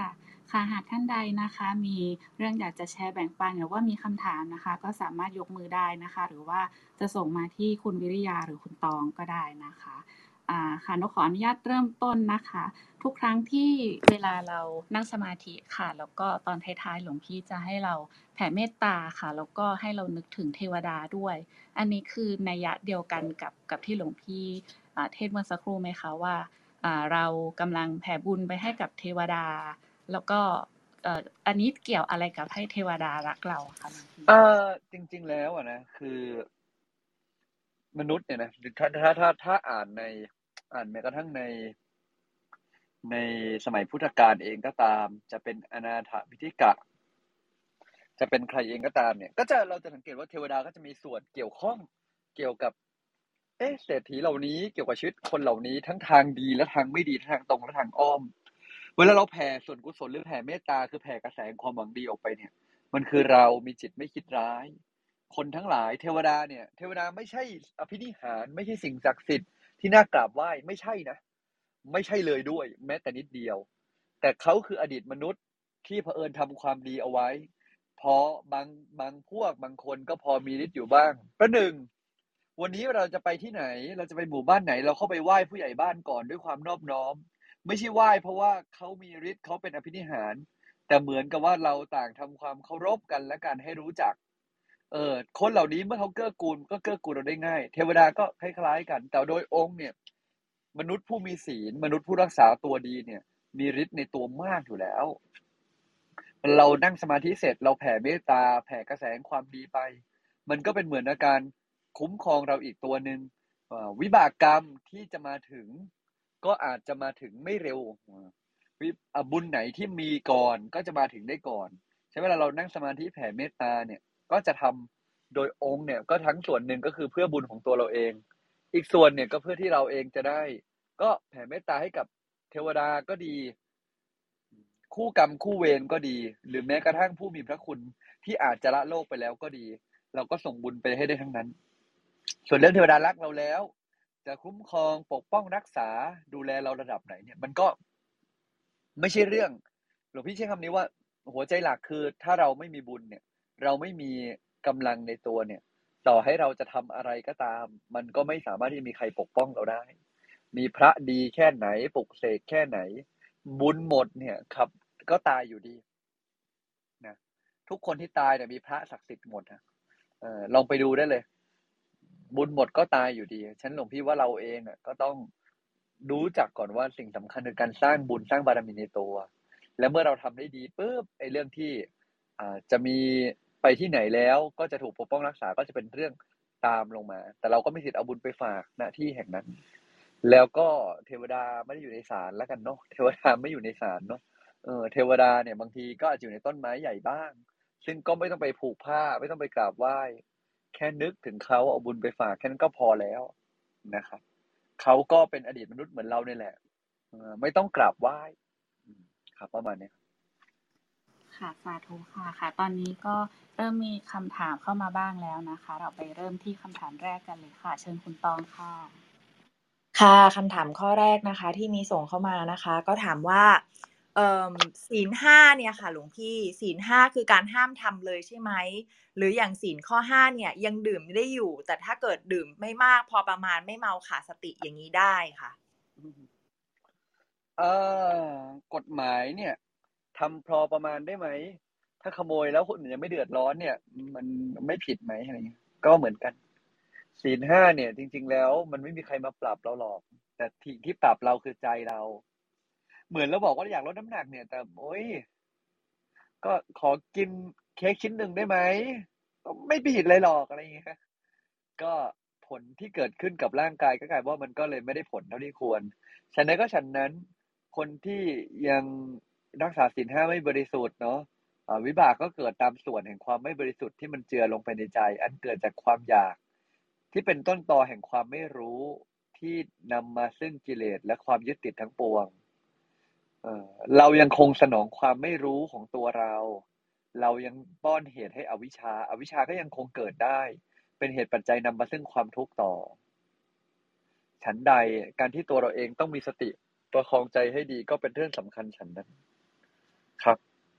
ค่ะหากท่านใดนะคะมีเรื่องอยากจะแชร์แบ่งปันหรือว่ามีคำถามนะคะก็สามารถยกมือได้นะคะหรือว่าจะส่งมาที่คุณวิริยาหรือคุณตองก็ได้นะคะอ่าค่ะนกขออนุญาตเริ่มต้นนะคะทุกครั้งที่เวลาเรานั่งสมาธิค่ะแล้วก็ตอนท้ายๆหลวงพี่จะให้เราแผ่เมตตาค่ะแล้วก็ให้เรานึกถึงเทวดาด้วยอันนี้คือนัยยะเดียวกันกับกับที่หลวงพี่อ่าเทศน์เมื่อสักครู่ไหมคะว่าอ่าเรากำลังแผ่บุญไปให้กับเทวดาแล้วก็เอ่ออันนี้เกี่ยวอะไรกับให้เทวดารักเราอะคะหลวงพี่เอ่อจริง ๆ แล้วอะนะคือมนุษย์เนี่ยนะถ้าถ้าถ้าถ้าอ่านในอ่านแม้กระทั่งในในสมัยพุทธกาลเองก็ตาม จะเป็นอนาถบิณฑิกะ จะเป็นใครเองก็ตามเนี่ยก็จะเราจะสังเกตว่าเทวดาก็จะมีส่วนเกี่ยวข้องเกี่ยวกับเอ๊ะเศรษฐีเหล่านี้เกี่ยวกับชีวิตคนเหล่านี้ทั้งทางดีและทางไม่ดีทางตรงและทางอ้อมเวลาเราแผ่ส่วนกุศลหรือแผ่เมตตาคือแผ่กระแสความหวังดีออกไปเนี่ยมันคือเรามีจิตไม่คิดร้ายคนทั้งหลายเทวดาเนี่ยเทวดาไม่ใช่อภินิหารไม่ใช่สิ่งศักดิ์สิทธิ์ที่น่ากราบไหว้ไม่ใช่นะไม่ใช่เลยด้วยแม้แต่นิดเดียวแต่เขาคืออดีตมนุษย์ที่เผอิญทำความดีเอาไว้พอบางบางพวกบางคนก็พอมีฤทธิ์อยู่บ้างประหนึ่งวันนี้เราจะไปที่ไหนเราจะไปหมู่บ้านไหนเราเข้าไปไหว้ผู้ใหญ่บ้านก่อนด้วยความนอบน้อมไม่ใช่ไหว้เพราะว่าเขามีฤทธิ์เขาเป็นอภินิหารแต่เหมือนกับว่าเราต่างทำความเคารพกันและกันให้รู้จักเออคนเหล่านี้เมื่อเขาเกื้อกูลก็เกื้อกูลเราได้ง่ายเทวดาก็คล้ายๆกันแต่โดยองค์เนี่ยมนุษย์ผู้มีศีลมนุษย์ผู้รักษาตัวดีเนี่ยมีฤทธิ์ในตัวมากอยู่แล้วเรานั่งสมาธิเสร็จเราแผ่เมตตาแผ่กระแสความดีไปมันก็เป็นเหมือนอาการคุ้มครองเราอีกตัวหนึ่งวิบากกรรมที่จะมาถึงก็อาจจะมาถึงไม่เร็วบุญไหนที่มีก่อนก็จะมาถึงได้ก่อนใช่ไหมเวลาเรานั่งสมาธิแผ่เมตตาเนี่ยก็จะทำโดยองค์เนี่ยก็ทั้งส่วนหนึ่งก็คือเพื่อบุญของตัวเราเองอีกส่วนเนี่ยก็เพื่อที่เราเองจะได้ก็แผ่เมตตาให้กับเทวดาก็ดีคู่กรรมคู่เวรก็ดีหรือแม้กระทั่งผู้มีพระคุณที่อาจจะละโลกไปแล้วก็ดีเราก็ส่งบุญไปให้ได้ทั้งนั้นส่วนเรื่องเทวดารักเราแล้วจะคุ้มครองปกป้องรักษาดูแลเราระดับไหนเนี่ยมันก็ไม่ใช่เรื่องหลวงพี่ใช้คำนี้ว่าหัวใจหลักคือถ้าเราไม่มีบุญเนี่ยเราไม่มีกำลังในตัวเนี่ยต่อให้เราจะทำอะไรก็ตามมันก็ไม่สามารถที่จะมีใครปกป้องเราได้มีพระดีแค่ไหนปลุกเสกแค่ไหนบุญหมดเนี่ยครับก็ตายอยู่ดีนะทุกคนที่ตายเนี่ยมีพระศักดิ์สิทธิ์หมดนะเออลองไปดูได้เลยบุญหมดก็ตายอยู่ดีฉันหลวงพี่ว่าเราเองอ่ะก็ต้องรู้จักก่อนว่าสิ่งสำคัญคือการสร้างบุญสร้างบารมีในตัวแล้วเมื่อเราทำได้ดีปุ๊บไอ้เรื่องที่อ่าจะมีไปที่ไหนแล้วก็จะถูกปกป้องรักษาก็จะเป็นเรื่องตามลงมาแต่เราก็มีสิทธิ์เอาบุญไปฝากณที่แห่งนั้นแล้วก็เทวดาไม่ได้อยู่ในศาลแล้วกันเนาะเทวดาไม่อยู่ในศาลเนาะเออเทวดาเนี่ยบางทีก็อาจจะอยู่ในต้นไม้ใหญ่บ้างซึ่งก็ไม่ต้องไปผูกผ้าไม่ต้องไปกราบไหว้แค่นึกถึงเขาเอาบุญไปฝากแค่นั้นก็พอแล้วนะครับเขาก็เป็นอดีตมนุษย์เหมือนเราเนี่ยแหละเออไม่ต้องกราบไหว้ครับประมาณนี้ค่ะสาธุค่ะค่ะตอนนี้ก็เริ่มมีคำถามเข้ามาบ้างแล้วนะคะเราไปเริ่มที่คำถามแรกกันเลยค่ะเชิญคุณตองค่ะค่ะคำถามข้อแรกนะคะที่มีส่งเข้ามานะคะก็ถามว่าเอ่อศีลห้าเนี่ยค่ะหลวงพี่ศีลห้าคือการห้ามทำเลยใช่ไหมหรืออย่างศีลข้อห้าเนี่ยยังดื่มได้อยู่แต่ถ้าเกิดดื่มไม่มากพอประมาณไม่เมาขาดสติอย่างนี้ได้ค่ะเอ่อกฎหมายเนี่ยทำพอประมาณได้ไหมถ้าขโมยแล้วคนอื่นยังไม่เดือดร้อนเนี่ยมันไม่ผิดไหมอะไรเงี้ยก็เหมือนกันศีลห้าเนี่ยจริงๆแล้วมันไม่มีใครมาปรับเราหรอกแต่ที่ที่ปรับเราคือใจเราเหมือนเราบอกว่าอยากลดน้ำหนักเนี่ยแต่โอ๊ยก็ขอกินเค้กชิ้นหนึ่งได้ไหมก็ไม่ผิดเลยหรอกอะไรอย่างเงี้ยก็ผลที่เกิดขึ้นกับร่างกายก็กลายว่ามันก็เลยไม่ได้ผลเท่าที่ควรฉะนั้นก็ฉันนั้นคนที่ยังรักษาศีลห้าไม่บริสุทธิ์เนาะวิบากก็เกิดตามส่วนแห่งความไม่บริสุทธิ์ที่มันเจือลงไปในใจอันเกิดจากความอยากที่เป็นต้นตอแห่งความไม่รู้ที่นำมาซึ่งกิเลสและความยึดติดทั้งปวงเอ่อเรายังคงสนองความไม่รู้ของตัวเราเรายังป้อนเหตุให้อวิชชาอวิชชาก็ยังคงเกิดได้เป็นเหตุปัจจัยนำมาซึ่งความทุกข์ต่อฉันใดการที่ตัวเราเองต้องมีสติประคองใจให้ดีก็เป็นเรื่องสำคัญฉันนั้นครับ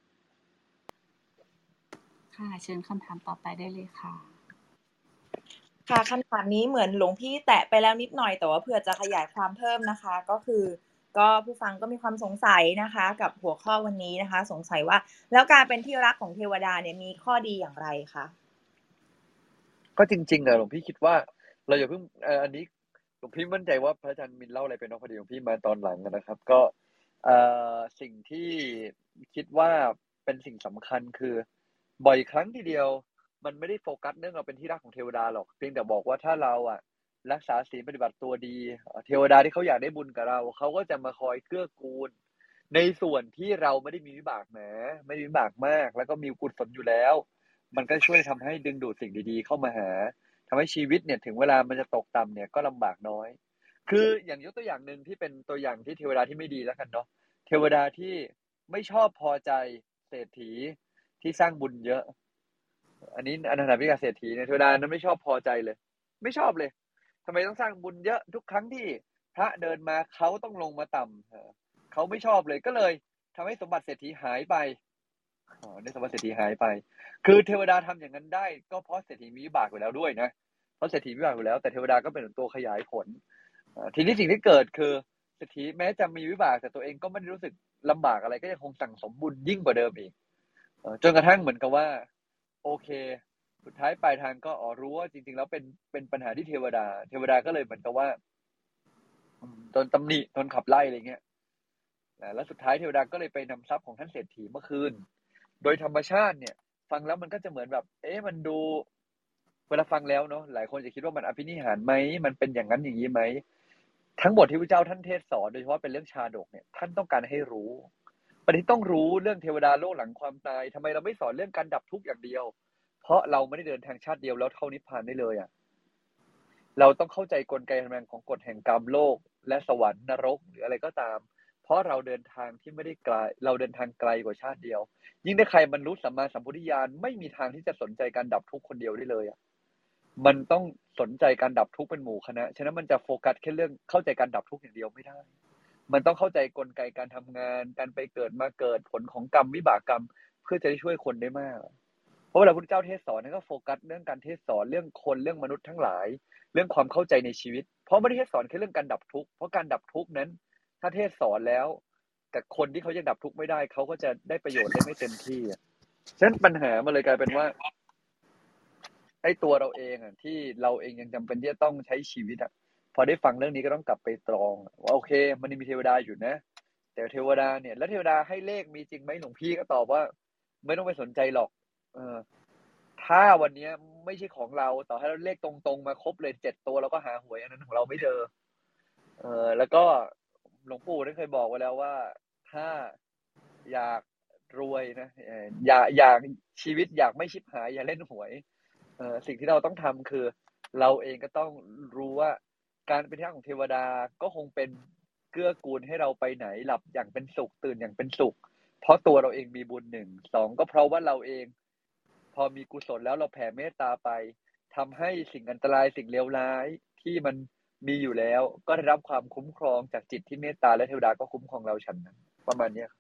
ค่ะเชิญคำถามต่อไปได้เลยค่ะค่ะคำถามนี้เหมือนหลวงพี่แตะไปแล้วนิดหน่อยแต่ว่าเผื่อจะขยายความเพิ่มนะคะ ก็คือก็ผู้ฟังก็มีความสงสัยนะคะ กับหัวข้อวันนี้นะคะ สงสัยว่าแล้วการเป็นที่รักของเทวดาเนี่ยมีข้อดีอย่างไรคะก็จริงๆอะหลวงพี่คิดว่าเราอย่าเพิ่งเอ่ออันนี้หลวงพี่มั่นใจว่าพระอาจารย์มินเล่าอะไรไปเนาะพอดีหลวงพี่มาตอนหลังอะนะครับ ก็เอ่อสิ่งที่คิดว่าเป็นสิ่งสำคัญคือบ่อยครั้งทีเดียวมันไม่ได้โฟกัสเรื่องเราเป็นที่รักของเทวดาหรอกเพียงแต่บอกว่าถ้าเราอะรักษาศีลปฏิบัติตัวดีเอ่อเทวดาที่เขาอยากได้บุญกับเราเขาก็จะมาคอยเกื้อกูลในส่วนที่เราไม่ได้มีวิบากหนาไม่ได้มีวิบากมากแล้วก็มีกุศลอยู่แล้ว มันก็ช่วยทำให้ดึงดูดสิ่งดีๆเข้ามาหาทำให้ชีวิตเนี่ยถึงเวลามันจะตกต่ำเนี่ยก็ลำบากน้อยคืออย่างยกตัวอย่างหนึ่งที่เป็นตัวอย่างที่เทวดาที่ไม่ดีแล้วกันเนาะเทวดาที่ไม่ชอบพอใจเศรษฐีที่สร้างบุญเยอะอันนี้อนาถาบิณฑิกาเศรษฐีเนี่ยเทวดานั้นไม่ชอบพอใจเลยไม่ชอบเลยทำไมต้องสร้างบุญเยอะทุกครั้งที่พระเดินมาเขาต้องลงมาต่ำเออเขาไม่ชอบเลยก็เลยทำให้สมบัติเศรษฐีหายไปอ๋อได้สมบัติเศรษฐีหายไป คือเทวดาทำอย่างนั้นได้ก็เพราะเศรษฐีมีวิบากอยู่แล้วด้วยนะเพราะเศรษฐีมีวิบากอยู่แล้วแต่เทวดาก็เป็นตัวขยายผลทีนี้สิ่งที่เกิดคือเศรษฐีแม้จะมีวิบากแต่ตัวเองก็ไม่ได้รู้สึกลำบากอะไรก็ยังคงสั่งสมบุญยิ่งกว่าเดิมอีกจนกระทั่งเหมือนกับว่าโอเคสุดท้ายปลายทางก็อ๋อรู้ว่าจริงๆแล้วเป็นเป็นปัญหาที่เทวดาเทวดาก็เลยเหมือนกับว่าโดนตำหนิโดนขับไล่อะไรเงี้ยแล้วสุดท้ายเทวดาก็เลยไปนำทรัพย์ของท่านเศรษฐีเมื่อคืนโดยธรรมชาติเนี่ยฟังแล้วมันก็จะเหมือนแบบเอ๊ะมันดูเวลาฟังแล้วเนาะหลายคนจะคิดว่ามันอภินิหารไหมมันเป็นอย่างนั้นอย่างนี้ไหมทั้งหมดที่พระเจ้าท่านเทศสอนโดยเฉพาะเป็นเรื่องชาดกเนี่ยท่านต้องการให้รู้ประเด็นต้องรู้เรื่องเทวดาโลกหลังความตายทำไมเราไม่สอนเรื่องการดับทุกข์อย่างเดียวเพราะเราไม่ได้เดินทางชาติเดียวแล้วเข้านิพพานได้เลยอ่ะเราต้องเข้าใจกลไกทำงานของกฎแห่งกรรมโลกและสวรรค์นรกหรืออะไรก็ตามเพราะเราเดินทางที่ไม่ได้ไกลเราเดินทางไกลกว่าชาติเดียวยิ่งถ้าใครบรรลุสัมมาสัมพุทธญาณไม่มีทางที่จะสนใจการดับทุกข์คนเดียวได้เลยอ่ะมันต้องสนใจการดับทุกข์เป็นหมู่คณะฉะนั้นมันจะโฟกัสแค่เรื่องเข้าใจการดับทุกข์อย่างเดียวไม่ได้มันต้องเข้าใจกลไกการทำงานการไปเกิดมาเกิดผลของกรรมวิบากกรรมเพื่อจะได้ช่วยคนได้มากเพราะเวลาพระพุทธเจ้าเทศสอนนั่นก็โฟกัสเรื่องการเทศสอนเรื่องคนเรื่องมนุษย์ทั้งหลายเรื่องความเข้าใจในชีวิตเพราะไม่ได้เทศสอนแค่เรื่องการดับทุกข์เพราะการดับทุกข์นั้นถ้าเทศสอนแล้วแต่คนที่เขายังดับทุกข์ไม่ได้เขาก็จะได้ประโยชน์ได้ไม่เต็มที่ฉะนั้นปัญหามันเลยกลายเป็นว่าไอ้ตัวเราเองอ่ะที่เราเองยังจำเป็นที่จะต้องใช้ชีวิตอ่ะพอได้ฟังเรื่องนี้ก็ต้องกลับไปตรองว่าโอเคมันมีเทวดาอยู่นะแต่เทวดาเนี่ยแล้วเทวดาให้เลขมีจริงไหมหลวงพี่ก็ตอบว่าไม่ต้องไปสนใจหรอกเออถ้าวันนี้ไม่ใช่ของเราต่อให้เราเลขตรงๆมาครบเลยเจ็ดตัวเราก็หาหวยอันนั้นของเราไม่เจอเออแล้วก็หลวงปู่ได้เคยบอกไว้แล้วว่าถ้าอยากรวยนะอยากอยากชีวิตอยากไม่ชิบหายอย่าเล่นหวยเออสิ่งที่เราต้องทำคือเราเองก็ต้องรู้ว่าการเป็นที่รักของเทวดาก็คงเป็นเกื้อกูลให้เราไปไหนหลับอย่างเป็นสุขตื่นอย่างเป็นสุขเพราะตัวเราเองมีบุญหนึ่งสองก็เพราะว่าเราเองพอมีกุศลแล้วเราแผ่เมตตาไปทำให้สิ่งอันตรายสิ่งเลวร้ายที่มันมีอยู่แล้วก็ได้รับความคุ้มครองจากจิตที่เมตตาและเทวดาก็คุ้มครองเราฉันนั้นประมาณนี้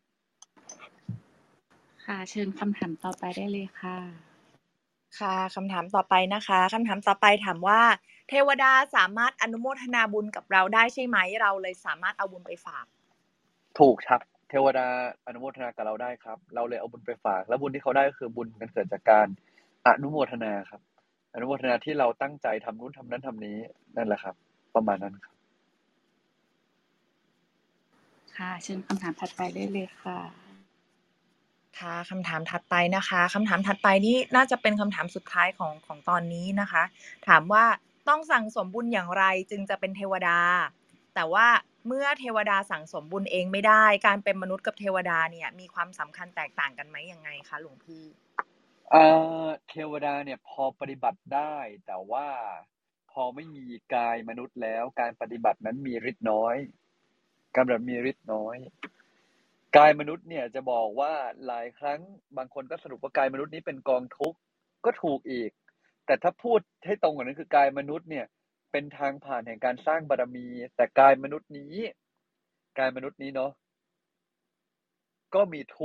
ค่ะเชิญคำถามต่อไปได้เลยค่ะค่ะคำถามต่อไปนะคะคำถามต่อไปถามว่าเทวดาสามารถอนุโมทนาบุญกับเราได้ใช่ไหมเราเลยสามารถเอาบุญไปฝากถูกครับเทวดาอนุโมทนากับเราได้ครับเราเลยเอาบุญไปฝากแล้วบุญที่เขาได้ก็คือบุญมันเกิดจากการอนุโมทนาครับอนุโมทนาที่เราตั้งใจทำนู้นทำนั้นทำนี้นั่นแหละครับประมาณนั้นครับค่ะเชิญคำถามถัดไปได้เลยค่ะค่ะคำถามถัดไปนะคะคำถามถัดไปนี่น่าจะเป็นคำถามสุดท้ายของของตอนนี้นะคะถามว่าต้องสั่งสมบุญอย่างไรจึงจะเป็นเทวดาแต่ว่าเมื่อเทวดาสั่งสมบุญเองไม่ได้การเป็นมนุษย์กับเทวดาเนี่ยมีความสำคัญแตกต่างกันไหมยังไงคะหลวงพี่เอ่อเทวดาเนี่ยพอปฏิบัติได้แต่ว่าพอไม่มีกายมนุษย์แล้วการปฏิบัตินั้นมีฤทธิ์น้อยการแบบมีฤทธิ์น้อยกายมนุษย์เนี่ยจะบอกว่าหลายครั้งบางคนก็สรุปว่ากายมนุษย์นี้เป็นกองทุกข์ก็ถูกอีกแต่ถ้าพูดให้ตรงกว่านั้นคือกายมนุษย์เนี่ยเป็นทางผ่านแห่งการสร้างบารมีแต่กายมนุษย์นี้กายมนุษย์นี้เนาะก็มีทุกข์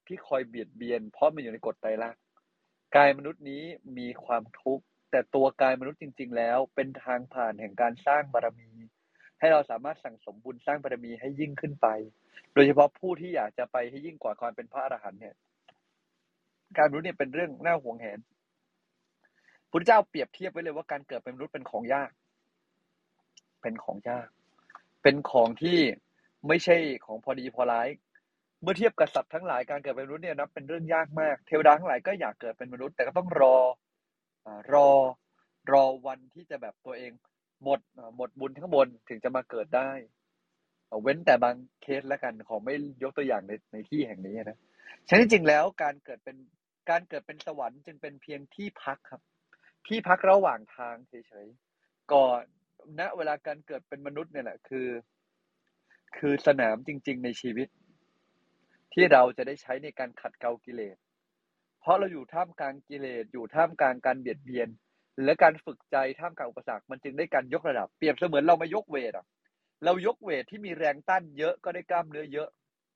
ที่คอยเบียดเบียนเพราะมันอยู่ในกฎไตรลักษณ์กายมนุษย์นี้มีความทุกข์แต่ตัวกายมนุษย์จริงๆแล้วเป็นทางผ่านแห่งการสร้างบารมีให้เราสามารถสั่งสมบุญสร้างบารมีให้ยิ่งขึ้นไปโดยเฉพาะผู้ที่อยากจะไปให้ยิ่งกว่าความเป็นพระอรหันต์เนี่ยการมนุษย์เนี่ยเป็นเรื่องน่าหวงแหนพุทธเจ้าเปรียบเทียบไว้เลยว่าการเกิดเป็นมนุษย์เป็นของยากเป็นของยากเป็นของที่ไม่ใช่ของพอดีพอร้ายเมื่อเทียบกับสัตว์ทั้งหลายการเกิดเป็นมนุษย์เนี่ยนับเป็นเรื่องยากมากเทวดาทั้งหลายก็อยากเกิดเป็นมนุษย์แต่ก็ต้องรออ่ารอรอวันที่จะแบบตัวเองหมดหมดบุญข้างบนถึงจะมาเกิดได้เว้นแต่บางเคสแล้วกันขอไม่ยกตัวอย่างในในที่แห่งนี้นะฉะนั้นจริงๆแล้วการเกิดเป็นการเกิดเป็นสวรรค์จึงเป็นเพียงที่พักครับที่พักระหว่างทางเฉยๆก่อนณเวลาการเกิดเป็นมนุษย์เนี่ยแหละคือคือสนามจริงๆในชีวิตที่เราจะได้ใช้ในการขัดเกลากิเลสเพราะเราอยู่ท่ามกลางกิเลสอยู่ท่ามกลางการเบียดเบียนและการฝึกใจท่ามกลางอุปสรรคมันจึงได้การยกระดับเปรียบเสมือนเรามายกเวทอ่ะเรายกเวทที่มีแรงต้านเยอะก็ได้กล้ามเนื้อเยอะ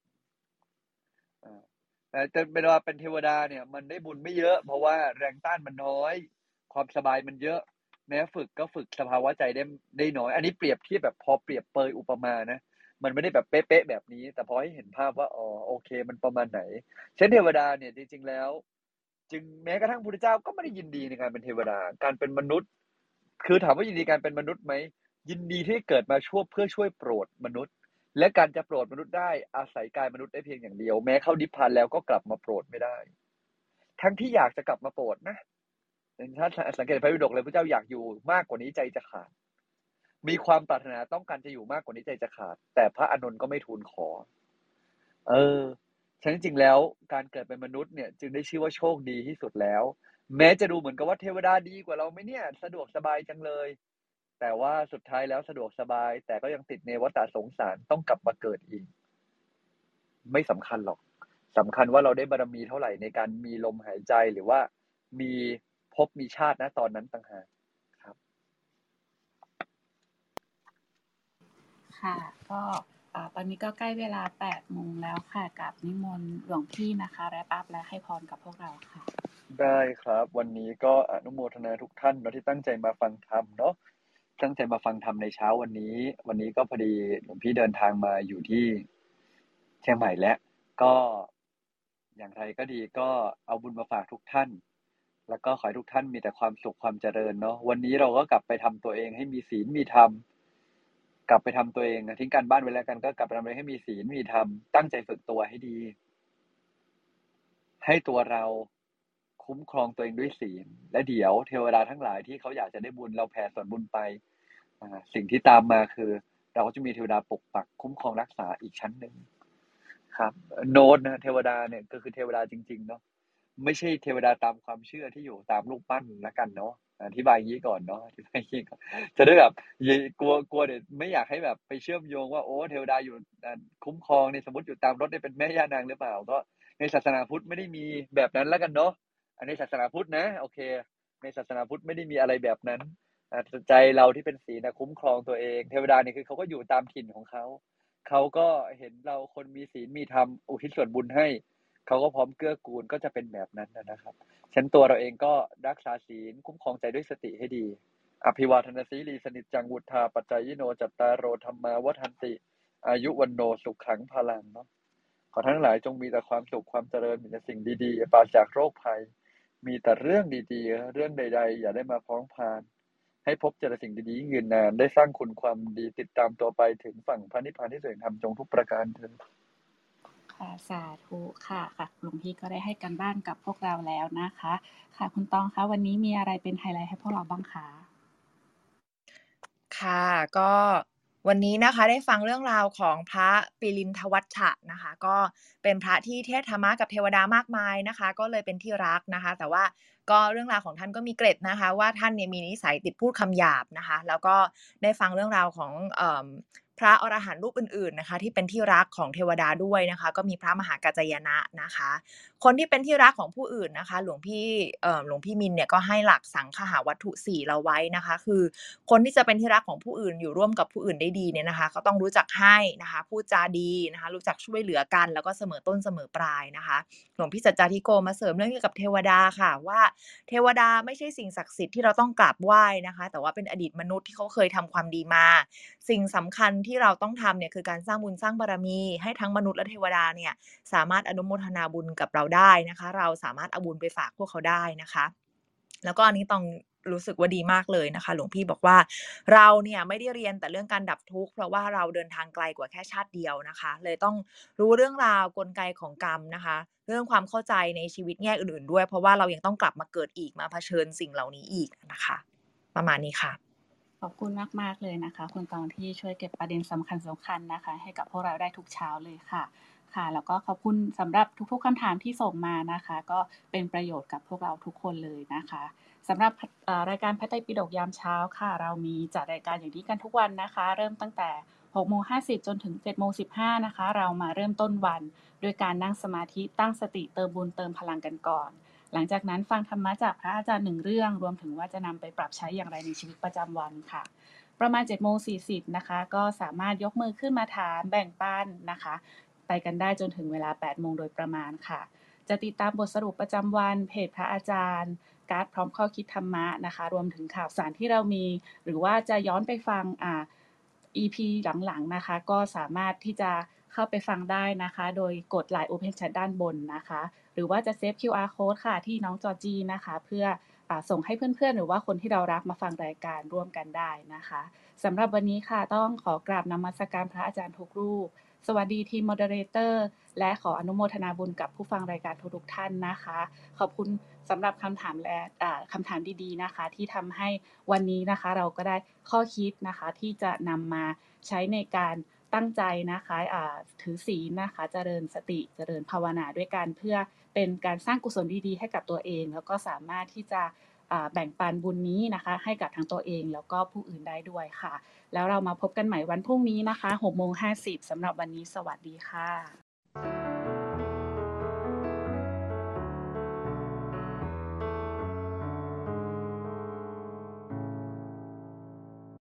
แต่จะเป็นว่าเป็นเทวดาเนี่ยมันได้บุญไม่เยอะเพราะว่าแรงต้านมันน้อยความสบายมันเยอะแม้ฝึกก็ฝึกสภาวะใจได้ได้น้อยอันนี้เปรียบเทียบแบบพอเปรียบเปยอุปมานะมันไม่ได้แบบเป๊ะๆแบบนี้แต่พอให้เห็นภาพว่าอ๋อโอเคมันประมาณไหนเช่นเทวดาเนี่ยจริงๆแล้วจึงแม้กระทั่งพุทธเจ้าก็ไม่ได้ยินดีในการเป็นเทวดาการเป็นมนุษย์คือถามว่ายินดีการเป็นมนุษย์ไหมยินดีที่เกิดมาช่วยเพื่อช่วยโปรดมนุษย์และการจะโปรดมนุษย์ได้อาศัยกายมนุษย์ได้เพียงอย่างเดียวแม้เข้านิพพานแล้วก็กลับมาโปรดไม่ได้ทั้งที่อยากจะกลับมาโปรดนะถ้าสังเกตพระวิโดกเลยพระเจ้าอยากอยู่มากกว่านี้ใจจะขาดมีความปรารถนาต้องการจะอยู่มากกว่านี้ใจจะขาดแต่พระอานนท์ก็ไม่ทูลขอเออฉะนั้นจริงแล้วการเกิดเป็นมนุษย์เนี่ยจึงได้ชื่อว่าโชคดีที่สุดแล้วแม้จะดูเหมือนกับว่าเทวดาดีกว่าเราไหมเนี่ยสะดวกสบายจังเลยแต่ว่าสุดท้ายแล้วสะดวกสบายแต่ก็ยังติดในวัฏสงสารต้องกลับมาเกิดอีกไม่สำคัญหรอกสำคัญว่าเราได้บารมีเท่าไหร่ในการมีลมหายใจหรือว่ามีภพมีชาตินะตอนนั้นต่างหากครับค่ะก็ตอนนี้ก็ใกล้เวลาแปดโมงแล้วค่ะกับนิมนต์หลวงพี่นะคะแรปอัพและให้พรกับพวกเราค่ะได้ครับวันนี้ก็อนุโมทนาทุกท่านเนาะที่ตั้งใจมาฟังธรรมเนาะตั้งใจมาฟังธรรมในเช้าวันนี้วันนี้ก็พอดีหลวงพี่เดินทางมาอยู่ที่เชียงใหม่แล้วก็อย่างไรก็ดีก็เอาบุญมาฝากทุกท่านแล้วก็ขอให้ทุกท่านมีแต่ความสุขความเจริญเนาะวันนี้เราก็กลับไปทำตัวเองให้มีศีลมีธรรมกลับไปทำตัวเองทิ้งการบ้านไว้แล้วกันก็กลับไปทำตัวเองให้มีศีลมีธรรมตั้งใจฝึกตัวให้ดีให้ตัวเราคุ้มครองตัวเองด้วยศีลและเดี๋ยวเทวดาทั้งหลายที่เขาอยากจะได้บุญเราแผ่ส่วนบุญไปสิ่งที่ตามมาคือเราก็จะมีเทวดาปกปักคุ้มครองรักษาอีกชั้นหนึ่งครับโน้ตนะเทวดาเนี่ยก็คือเทวดาจริงๆเนาะไม่ใช่เทวดาตามความเชื่อที่อยู่ตามรูปปั้นละกันเนาะอธิบายอย่างนี้ก่อนเนาะอธิบายอย่างนี้ก่อนจะได้แบบกลัวกลัวเดี๋ยวไม่อยากให้แบบไปเชื่อมโยงว่าโอ้เทวดาอยู่คุ้มครองในสมมติอยู่ตามรถได้เป็นแม่ย่านางหรือเปล่าก็ในศาสนาพุทธไม่ได้มีแบบนั้นแล้วกันเนาะอันในศาสนาพุทธนะโอเคในศาสนาพุทธไม่ได้มีอะไรแบบนั้นใจเราที่เป็นศีลนะคุ้มครองตัวเองเทวดาเนี่ยคือเขาก็อยู่ตามถิ่นของเขาเขาก็เห็นเราคนมีศีลมีธรรมอุทิศส่วนบุญให้เขาก็พร้อมเกื้อกูลก็จะเป็นแบบนั้นนะครับฉันตัวเราเองก็รักษาศีลคุ้มครองใจด้วยสติให้ดีอภิวาทนาสีลีสนิจจังวุธาปัจจายโนจัตตารโรธรรมาวัฏันติอายุวันโนสุขขังพลังเนาะขอทั้งหลายจงมีแต่ความสุขความเจริญมีแต่สิ่งดีๆปราศจากโรคภัยมีแต่เรื่องดีๆเรื่องใดๆอย่าได้มาพ้องพานให้พบเจอแต่สิ่งดีๆยิ่งยืนนานได้สร้างคุณความดีติดตามตัวไปถึงฝั่งพระนิพพานที่สวยงามจงทุกประการเถิดค่ะสาธุค่ะค่ะหลวงพี่ก็ได้ให้กันบ้านกับพวกเราแล้วนะคะค่ะคุณตองคะวันนี้มีอะไรเป็นไฮไลท์ให้พวกเราบ้างคะค่ะก็วันนี้นะคะได้ฟังเรื่องราวของพระปิลินทวัชชะนะคะก็เป็นพระที่เทศธรรมะกับเทวดามากมายนะคะก็เลยเป็นที่รักนะคะแต่ว่าก็เรื่องราวของท่านก็มีเกร็ดนะคะว่าท่านเนี่ยมีนิสัยติดพูดคำหยาบนะคะแล้วก็ได้ฟังเรื่องราวของเอ่อพระอรหันต์รูปอื่นๆนะคะที่เป็นที่รักของเทวดาด้วยนะคะก็มีพระมหากัจจายนะนะคะคนที่เป็นที่รักของผู้อื่นนะคะหลวงพี่เอ่อหลวงพี่มินเนี่ยก็ให้หลักสังคหวัตถุสี่เราไว้นะคะคือคนที่จะเป็นที่รักของผู้อื่นอยู่ร่วมกับผู้อื่นได้ดีเนี่ยนะคะก็ต้องรู้จักให้นะคะพูดจาดีนะคะรู้จักช่วยเหลือกันแล้วก็เสมอต้นเสมอปลายนะคะหลวงพี่สัจจาธิโกมาเสริมเรื่องเกี่ยวกับเทวดาค่ะว่าเทวดาไม่ใช่สิ่งศักดิ์สิทธิ์ที่เราต้องกราบไหว้นะคะแต่ว่าเป็นอดีตมนุษย์ที่เขาเคยทำความดีมาสิ่งสำคัญที่เราต้องทำเนี่ยคือการสร้างบุญสร้างบารมีให้ทั้งมนุษย์และเทวดาเนี่ยสามารถอนุโมทนาบุญกับเราได้นะคะเราสามารถเอาบุญไปฝากพวกเขาได้นะคะแล้วก็อันนี้ต้องรู้สึกว่าดีมากเลยนะคะหลวงพี่บอกว่าเราเนี่ยไม่ได้เรียนแต่เรื่องการดับทุกข์เพราะว่าเราเดินทางไกลกว่าแค่ชาติเดียวนะคะเลยต้องรู้เรื่องราวกลไกของกรรมนะคะเรื่องความเข้าใจในชีวิตแง่อื่นๆด้วยเพราะว่าเรายังต้องกลับมาเกิดอีกมาเผชิญสิ่งเหล่านี้อีกนะคะประมาณนี้ค่ะขอบคุณมากๆเลยนะคะคุณตองที่ช่วยเก็บประเด็นสำคัญๆนะคะให้กับพวกเราได้ทุกเช้าเลยค่ะค่ะแล้วก็ขอบคุณสำหรับทุกๆคำถามที่ส่งมานะคะก็เป็นประโยชน์กับพวกเราทุกคนเลยนะคะสำหรับรายการพระไตรปิฎกยามเช้าค่ะเรามีจัดรายการอย่างนี้กันทุกวันนะคะเริ่มตั้งแต่หกโมงห้าสิบจนถึงเจ็ดโมงสิบห้านะคะเรามาเริ่มต้นวันด้วยการนั่งสมาธิตั้งสติเติมบุญเติมพลังกันก่อนหลังจากนั้นฟังธรรมะจากพระอาจารย์หนึ่งเรื่องรวมถึงว่าจะนำไปปรับใช้อย่างไรในชีวิตประจำวันค่ะประมาณ เจ็ดโมงสี่สิบ นะคะก็สามารถยกมือขึ้นมาถามแบ่งปันนะคะไปกันได้จนถึงเวลา แปดโมงโดยประมาณค่ะจะติดตามบทสรุปประจำวันเพจพระอาจารย์การ์ดพร้อมข้อคิดธรรมะนะคะรวมถึงข่าวสารที่เรามีหรือว่าจะย้อนไปฟังอ่า อี พี หลังๆนะคะก็สามารถที่จะเข้าไปฟังได้นะคะโดยกด ไลน์ Open Chat ด้านบนนะคะหรือว่าจะเซฟ คิว อาร์ Code ค่ะที่น้องจอร์จีนะคะเพื่อส่งให้เพื่อนๆหรือว่าคนที่เรารักมาฟังรายการร่วมกันได้นะคะสำหรับวันนี้ค่ะต้องขอกราบนมัสการพระอาจารย์ทุกรูปสวัสดีทีมโมเดเลเตอร์และขออนุโมทนาบุญกับผู้ฟังรายการทุกๆท่านนะคะขอบคุณสำหรับคำถามและคำถามดีๆนะคะที่ทำให้วันนี้นะคะเราก็ได้ข้อคิดนะคะที่จะนำมาใช้ในการตั้งใจนะคะถือศีลนะคะเจริญสติเจริญภาวนาด้วยกันเพื่อเป็นการสร้างกุศลดีๆให้กับตัวเองแล้วก็สามารถที่จะแบ่งปันบุญนี้นะคะให้กับทั้งตัวเองแล้วก็ผู้อื่นได้ด้วยค่ะแล้วเรามาพบกันใหม่วันพรุ่งนี้นะคะ หกโมงห้าสิบ สำหรับวันนี้สวัสดีค่ะ